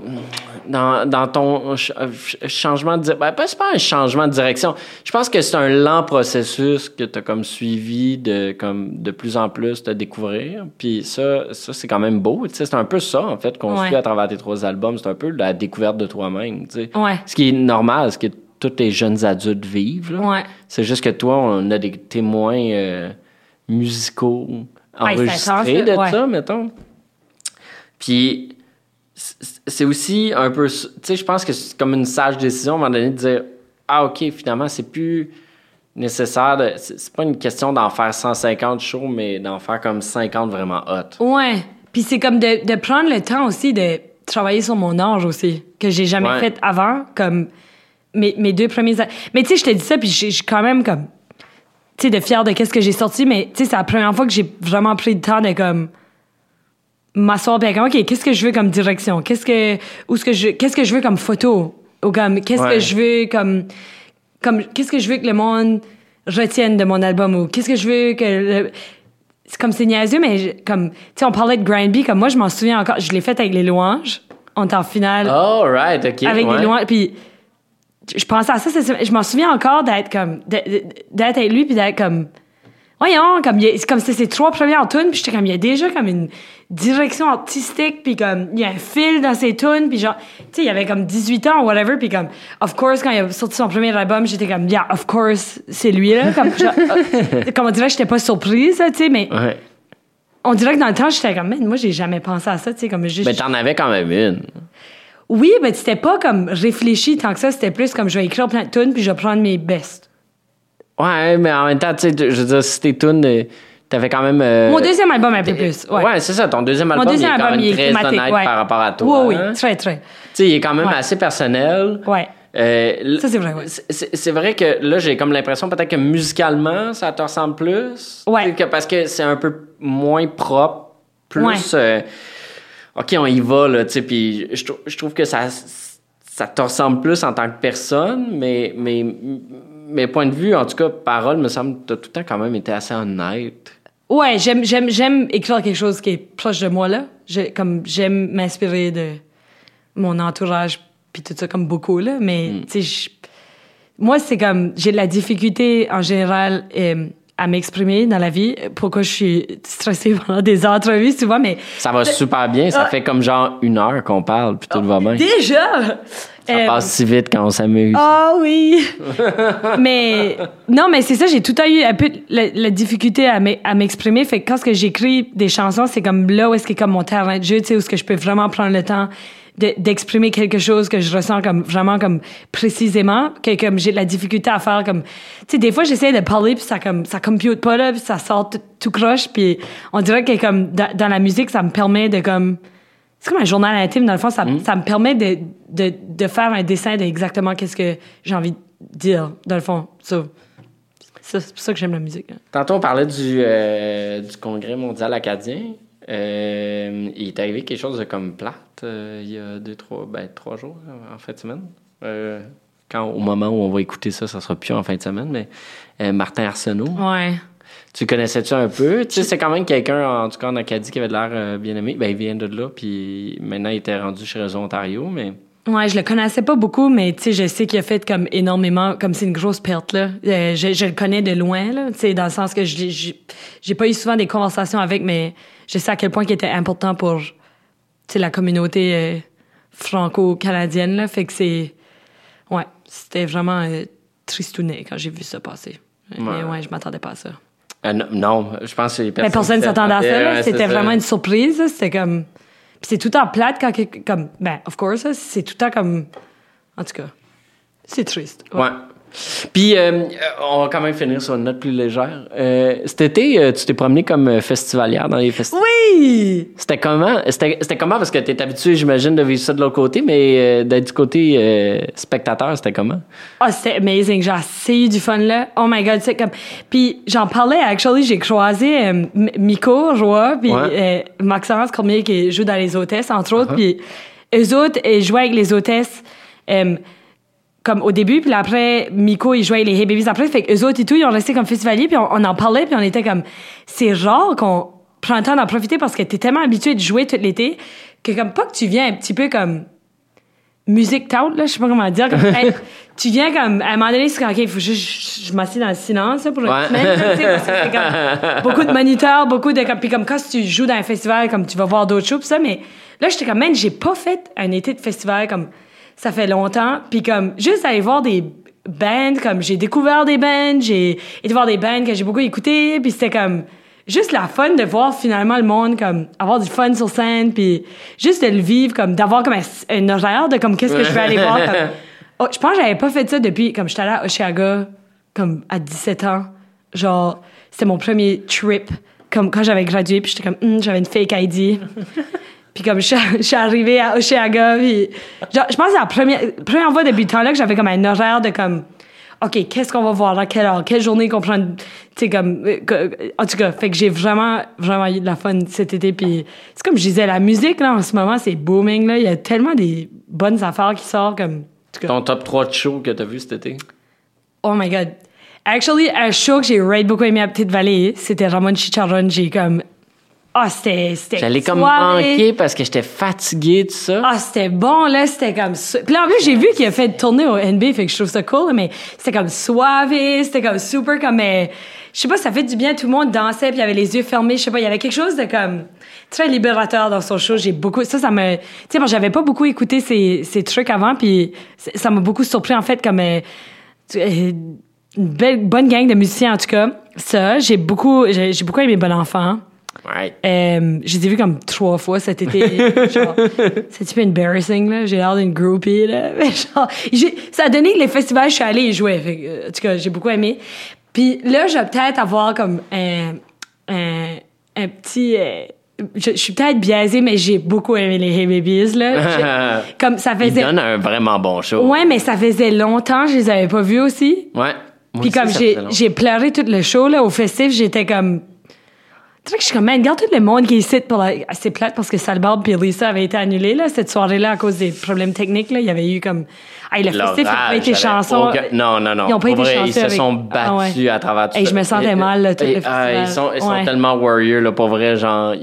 S2: changement de c'est pas un changement de direction. Je pense que c'est un lent processus que tu as comme suivi de plus en plus de découvrir. Puis ça c'est quand même beau. Tu sais, c'est un peu ça en fait qu'on suit à travers tes 3 albums. C'est un peu la découverte de toi-même. Tu sais, ce qui est normal, ce que tous les jeunes adultes vivent. Là.
S3: Ouais.
S2: C'est juste que toi, on a des témoins musicaux enregistrés de ça, mettons. Puis, c'est aussi un peu... Tu sais, je pense que c'est comme une sage décision à un moment donné de dire « Ah, OK, finalement, c'est plus nécessaire de... C'est pas une question d'en faire 150 shows, mais d'en faire comme 50 vraiment hot. »
S3: Ouais. Puis c'est comme de prendre le temps aussi de travailler sur mon âge aussi, que j'ai jamais fait avant, comme mes 2 premiers... Mais tu sais, je te dis ça, puis je suis quand même comme... Tu sais, de fière de qu'est-ce que j'ai sorti, mais tu sais, c'est la première fois que j'ai vraiment pris le temps de comme... m'asseoir bien comme, OK, qu'est-ce que je veux comme direction? Qu'est-ce que je veux comme photo? Ou comme, qu'est-ce que je veux comme, qu'est-ce que je veux que le monde retienne de mon album? Ou qu'est-ce que je veux que c'est comme, c'est niaiseux, mais comme, tu sais, on parlait de Grindby, comme moi, je m'en souviens encore, je l'ai fait avec les louanges. On était en finale.
S2: Oh, right, OK.
S3: Avec les louanges. Puis, je pensais à ça, je m'en souviens encore d'être comme, d'être avec lui, puis d'être comme, voyons, comme, c'est comme c'était ses 3 premières tunes, puis j'étais comme, il y a déjà comme une direction artistique, puis comme, il y a un fil dans ses tunes, puis genre, tu sais, il avait comme 18 ans ou whatever, puis comme, of course, quand il a sorti son premier album, j'étais comme, yeah, of course, c'est lui, là. Comme, comme on dirait que j'étais pas surprise, tu sais, mais on dirait que dans le temps, j'étais comme, man, moi, j'ai jamais pensé à ça, tu sais, comme juste...
S2: Mais t'en avais quand même une.
S3: Oui, mais c'était pas comme réfléchi tant que ça, c'était plus comme, je vais écrire plein de tunes, puis je vais prendre mes best.
S2: Ouais, mais en même temps, tu sais, je veux dire, si tes tunes, t'avais quand même...
S3: Mon deuxième album, un peu plus,
S2: ouais, c'est ça, ton deuxième album, il est quand même très honnête par rapport à toi.
S3: Oui, très, très.
S2: Tu sais, il est quand même assez personnel.
S3: Ouais. Ça, c'est vrai, ouais.
S2: C'est vrai que là, j'ai comme l'impression peut-être que musicalement, ça te ressemble plus.
S3: Ouais.
S2: Parce que c'est un peu moins propre, plus... OK, on y va, là, tu sais, puis je trouve que ça te ressemble plus en tant que personne, mais point de vue, en tout cas, parole, me semble que t'as tout le temps quand même été assez honnête.
S3: Ouais, j'aime écrire quelque chose qui est proche de moi, là. J'aime m'inspirer de mon entourage, puis tout ça, comme beaucoup, là. Mais, tu sais, moi, c'est comme, j'ai de la difficulté, en général, à m'exprimer dans la vie. Pourquoi je suis stressée pendant des entrevues, souvent, mais...
S2: Ça va super bien. Ça fait comme genre 1 heure qu'on parle, puis tout va bien.
S3: Déjà!
S2: Ça passe si vite quand on s'amuse.
S3: Ah oui! mais non, mais c'est ça, j'ai tout le temps eu un peu la difficulté à m'exprimer. Fait que quand j'écris des chansons, c'est comme là où est-ce que comme mon terrain de jeu, tu sais, où est-ce que je peux vraiment prendre le temps d'exprimer quelque chose que je ressens comme vraiment comme précisément, que comme j'ai de la difficulté à faire comme, tu sais, des fois j'essaie de parler puis ça compute pas là, puis ça sort tout croche, puis on dirait que comme dans la musique ça me permet de comme, c'est comme un journal intime dans le fond, ça me permet de faire un dessin d'exactement qu'est-ce que j'ai envie de dire dans le fond. C'est pour ça que j'aime la musique. Hein.
S2: Tantôt on parlait du Congrès mondial acadien. Il est arrivé quelque chose de comme plate il y a 3 jours en fin de semaine. Au moment où on va écouter ça sera plus en fin de semaine, mais Martin Arsenault.
S3: Ouais.
S2: Tu connaissais-tu un peu? Tu sais, c'est quand même quelqu'un, en tout cas en Acadie, qui avait de l'air bien aimé. Ben, il vient de là, puis maintenant il était rendu chez Réseau Ontario, mais...
S3: Ouais, je le connaissais pas beaucoup, mais tu sais, je sais qu'il a fait comme énormément, comme c'est une grosse perte, là. Je le connais de loin, là, tu sais, dans le sens que j'ai pas eu souvent des conversations avec, mais je sais à quel point il était important pour, tu sais, la communauté franco-canadienne, là. Fait que c'était vraiment tristounet quand j'ai vu ça passer. Mais ouais, je m'attendais pas à ça.
S2: Non, je pense que
S3: personne ne s'attendait à ça, là. C'était vraiment une surprise, là. C'était comme... Puis c'est tout le temps plate quand... Comme, ben, of course, c'est tout le temps comme... En tout cas, c'est triste.
S2: Ouais. Puis, on va quand même finir sur une note plus légère. Cet été, tu t'es promené comme festivalière dans les festivals.
S3: Oui!
S2: C'était comment? C'était comment? Parce que t'es habitué, j'imagine, de vivre ça de l'autre côté, mais d'être du côté spectateur, c'était comment?
S3: Ah, c'était amazing. J'ai assez eu du fun, là. Oh my God, c'est comme... Puis j'en parlais, actually, j'ai croisé Miko Roy, puis Maxence Cormier qui joue dans Les Hôtesses, entre autres, puis eux autres, ils jouaient avec Les Hôtesses... comme au début, puis après, Miko, il jouait avec les Hey Babies après, fait qu'eux autres et tout, ils ont resté comme festivaliers, puis on en parlait, puis on était comme... C'est rare qu'on prend le temps d'en profiter parce que t'es tellement habitué de jouer tout l'été que comme pas que tu viens un petit peu comme... musique tout, là, je sais pas comment dire, comme... hey, tu viens comme... À un moment donné, c'est comme, OK, il faut juste... Je m'assieds dans le silence, là, pour une semaine, tu sais, parce que c'est comme... Beaucoup de moniteurs, beaucoup de... Puis comme quand tu joues dans un festival, comme tu vas voir d'autres shows, pis ça, mais là, j'étais comme, man, j'ai pas fait un été de festival comme... Ça fait longtemps. Puis comme, juste aller voir des bands, comme j'ai découvert des bands, j'ai été voir des bands que j'ai beaucoup écouté, puis c'était comme juste la fun de voir finalement le monde comme avoir du fun sur scène puis juste de le vivre comme d'avoir comme un horaire de comme qu'est-ce que je vais aller voir comme je pense que j'avais pas fait ça depuis comme j'étais allée à Osheaga comme à 17 ans genre c'était mon premier trip comme quand j'avais gradué puis j'étais comme j'avais une fake ID puis comme je suis arrivée à Osheaga puis genre je pense que c'est la première fois depuis le temps là que j'avais comme un horaire de comme OK, qu'est-ce qu'on va voir à quelle heure? Quelle journée qu'on prend? Tu sais, comme... En tout cas, fait que j'ai vraiment, vraiment eu de la fun cet été. Puis c'est comme je disais, la musique, là, en ce moment, c'est booming, là. Il y a tellement des bonnes affaires qui sortent, comme...
S2: Ton top 3 de shows que t'as vu cet été?
S3: Oh my God. Actually, un show que j'ai beaucoup aimé à Petite-Vallée, c'était Ramon Chicharron. J'ai comme... c'était
S2: J'allais comme manquer parce que j'étais fatigué de ça.
S3: C'était bon, là. C'était comme... Puis là, en plus, j'ai vu qu'il a fait tourner au NB, fait que je trouve ça cool, mais c'était comme suave, c'était comme super comme... je sais pas, ça fait du bien. Tout le monde dansait, puis il avait les yeux fermés. Je sais pas, il y avait quelque chose de comme... très libérateur dans son show. J'ai beaucoup... Ça me... Tu sais, moi, j'avais pas beaucoup écouté ces trucs avant, puis ça m'a beaucoup surpris, en fait, comme... une bonne gang de musiciens, en tout cas. Ça, j'ai beaucoup aimé Bon Enfant.
S2: Ouais.
S3: Je les ai vus comme 3 fois cet été. Genre, c'est un peu embarrassing, là. J'ai l'air d'une groupie, là. Mais genre, ça a donné que les festivals, je suis allée et jouais. En tout cas, j'ai beaucoup aimé. Puis là, je vais peut-être avoir comme un petit... je suis peut-être biaisée, mais j'ai beaucoup aimé les Hey Babies, là. Comme ça faisait...
S2: Ils donnent un vraiment bon show.
S3: Ouais, mais ça faisait longtemps, je les avais pas vus aussi.
S2: Ouais.
S3: Puis comme j'ai pleuré tout le show, là, au festif, j'étais comme... Tu sais que je suis comme, man, regarde tout le monde qui est ici pour c'est plate parce que Salbarbe et Lisa avaient été annulés, là, cette soirée-là, à cause des problèmes techniques, là. Il y avait eu comme, le festif n'a pas été chansons.
S2: Non.
S3: Ils n'ont pas été chanceux.
S2: Ils se sont battus à travers tout ça.
S3: Je me sentais mal, là, tout le festival.
S2: Ils sont tellement warriors, là, pour vrai, genre,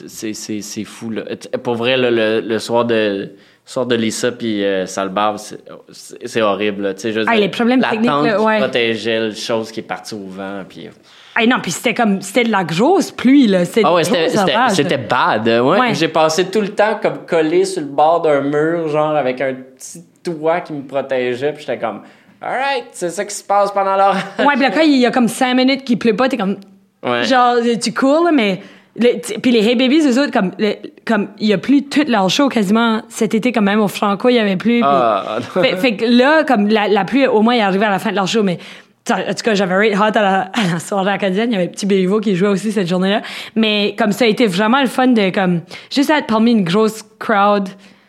S2: c'est fou, là. Pour vrai, là, le soir de Lisa puis Salbarbe, c'est horrible, là. Tu sais,
S3: les problèmes techniques, là,
S2: la tente qui protégeait la chose qui est partie au vent, puis...
S3: non, puis c'était de la grosse pluie, là.
S2: C'était bad. Ouais. J'ai passé tout le temps comme collé sur le bord d'un mur, genre avec un petit toit qui me protégeait, puis j'étais comme, alright, c'est ça qui se passe pendant l'orage.
S3: Ouais, puis là, quand il y a comme 5 minutes qu'il pleut pas, t'es comme, genre, tu cours, là, mais... Puis les Hey Babies, eux autres, comme il y a plus tout leur show quasiment cet été, comme même au Franco, il y avait plus. Fait que là, comme la pluie, au moins, est arrivée à la fin de leur show, mais... En tout cas, j'avais hâte à la soirée acadienne. Il y avait Petit Béliveau qui jouait aussi cette journée-là. Mais comme ça a été vraiment le fun de comme juste être parmi une grosse crowd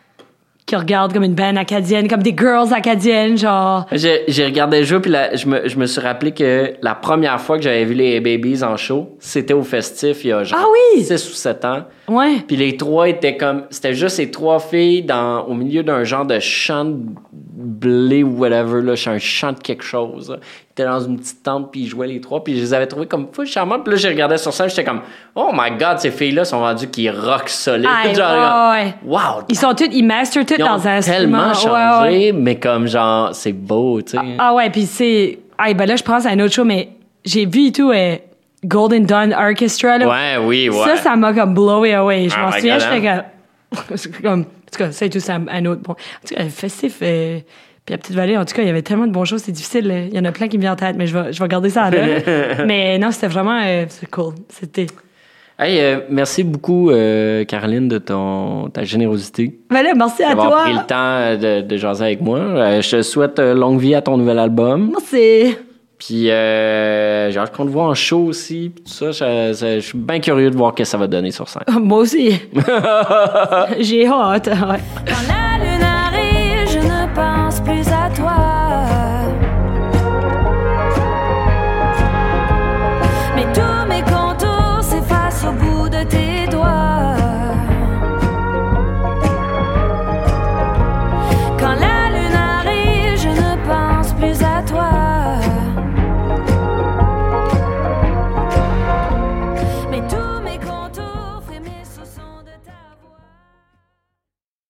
S3: qui regarde comme une band acadienne, comme des girls acadiennes, genre.
S2: J'ai regardé le jeu, puis je me suis rappelé que la première fois que j'avais vu les Babies en show, c'était au festif, il y a genre 6 ou 7 ans.
S3: Ouais.
S2: Puis les 3 étaient comme... C'était juste ces 3 filles au milieu d'un genre de champ de blé ou whatever, là, un champ de quelque chose. Là. Ils étaient dans une petite tente, puis ils jouaient les 3, puis je les avais trouvés comme fou charmantes. Puis là, j'ai regardé sur scène, j'étais comme, oh my God, ces filles-là sont rendues qui rock solide. Wow!
S3: Ils masterent tout dans un instrument.
S2: Tellement changé, mais comme genre, c'est beau, tu sais.
S3: Puis c'est... ben là, je pense à un autre show, mais j'ai vu et tout... Golden Dawn Orchestra, là.
S2: Ouais.
S3: Ça m'a comme blowé away. Je m'en souviens, j'étais comme... En tout cas, c'est tout ça, un autre... Bon, en tout cas, festif... Puis à Petite-Vallée, en tout cas, il y avait tellement de bonnes choses, c'est difficile. Là. Il y en a plein qui me viennent en tête, mais je vais garder ça là. Mais non, c'était vraiment... c'est cool. C'était...
S2: Hey, merci beaucoup, Caroline, de ta générosité.
S3: Ben là, merci à toi.
S2: D'avoir pris le temps de jaser avec moi. Je te souhaite longue vie à ton nouvel album.
S3: Merci.
S2: Puis, j'ai hâte qu'on te voit en show aussi. Puis tout ça, je suis bien curieux de voir ce que ça va donner sur scène.
S3: Moi aussi. J'ai hâte. Ouais.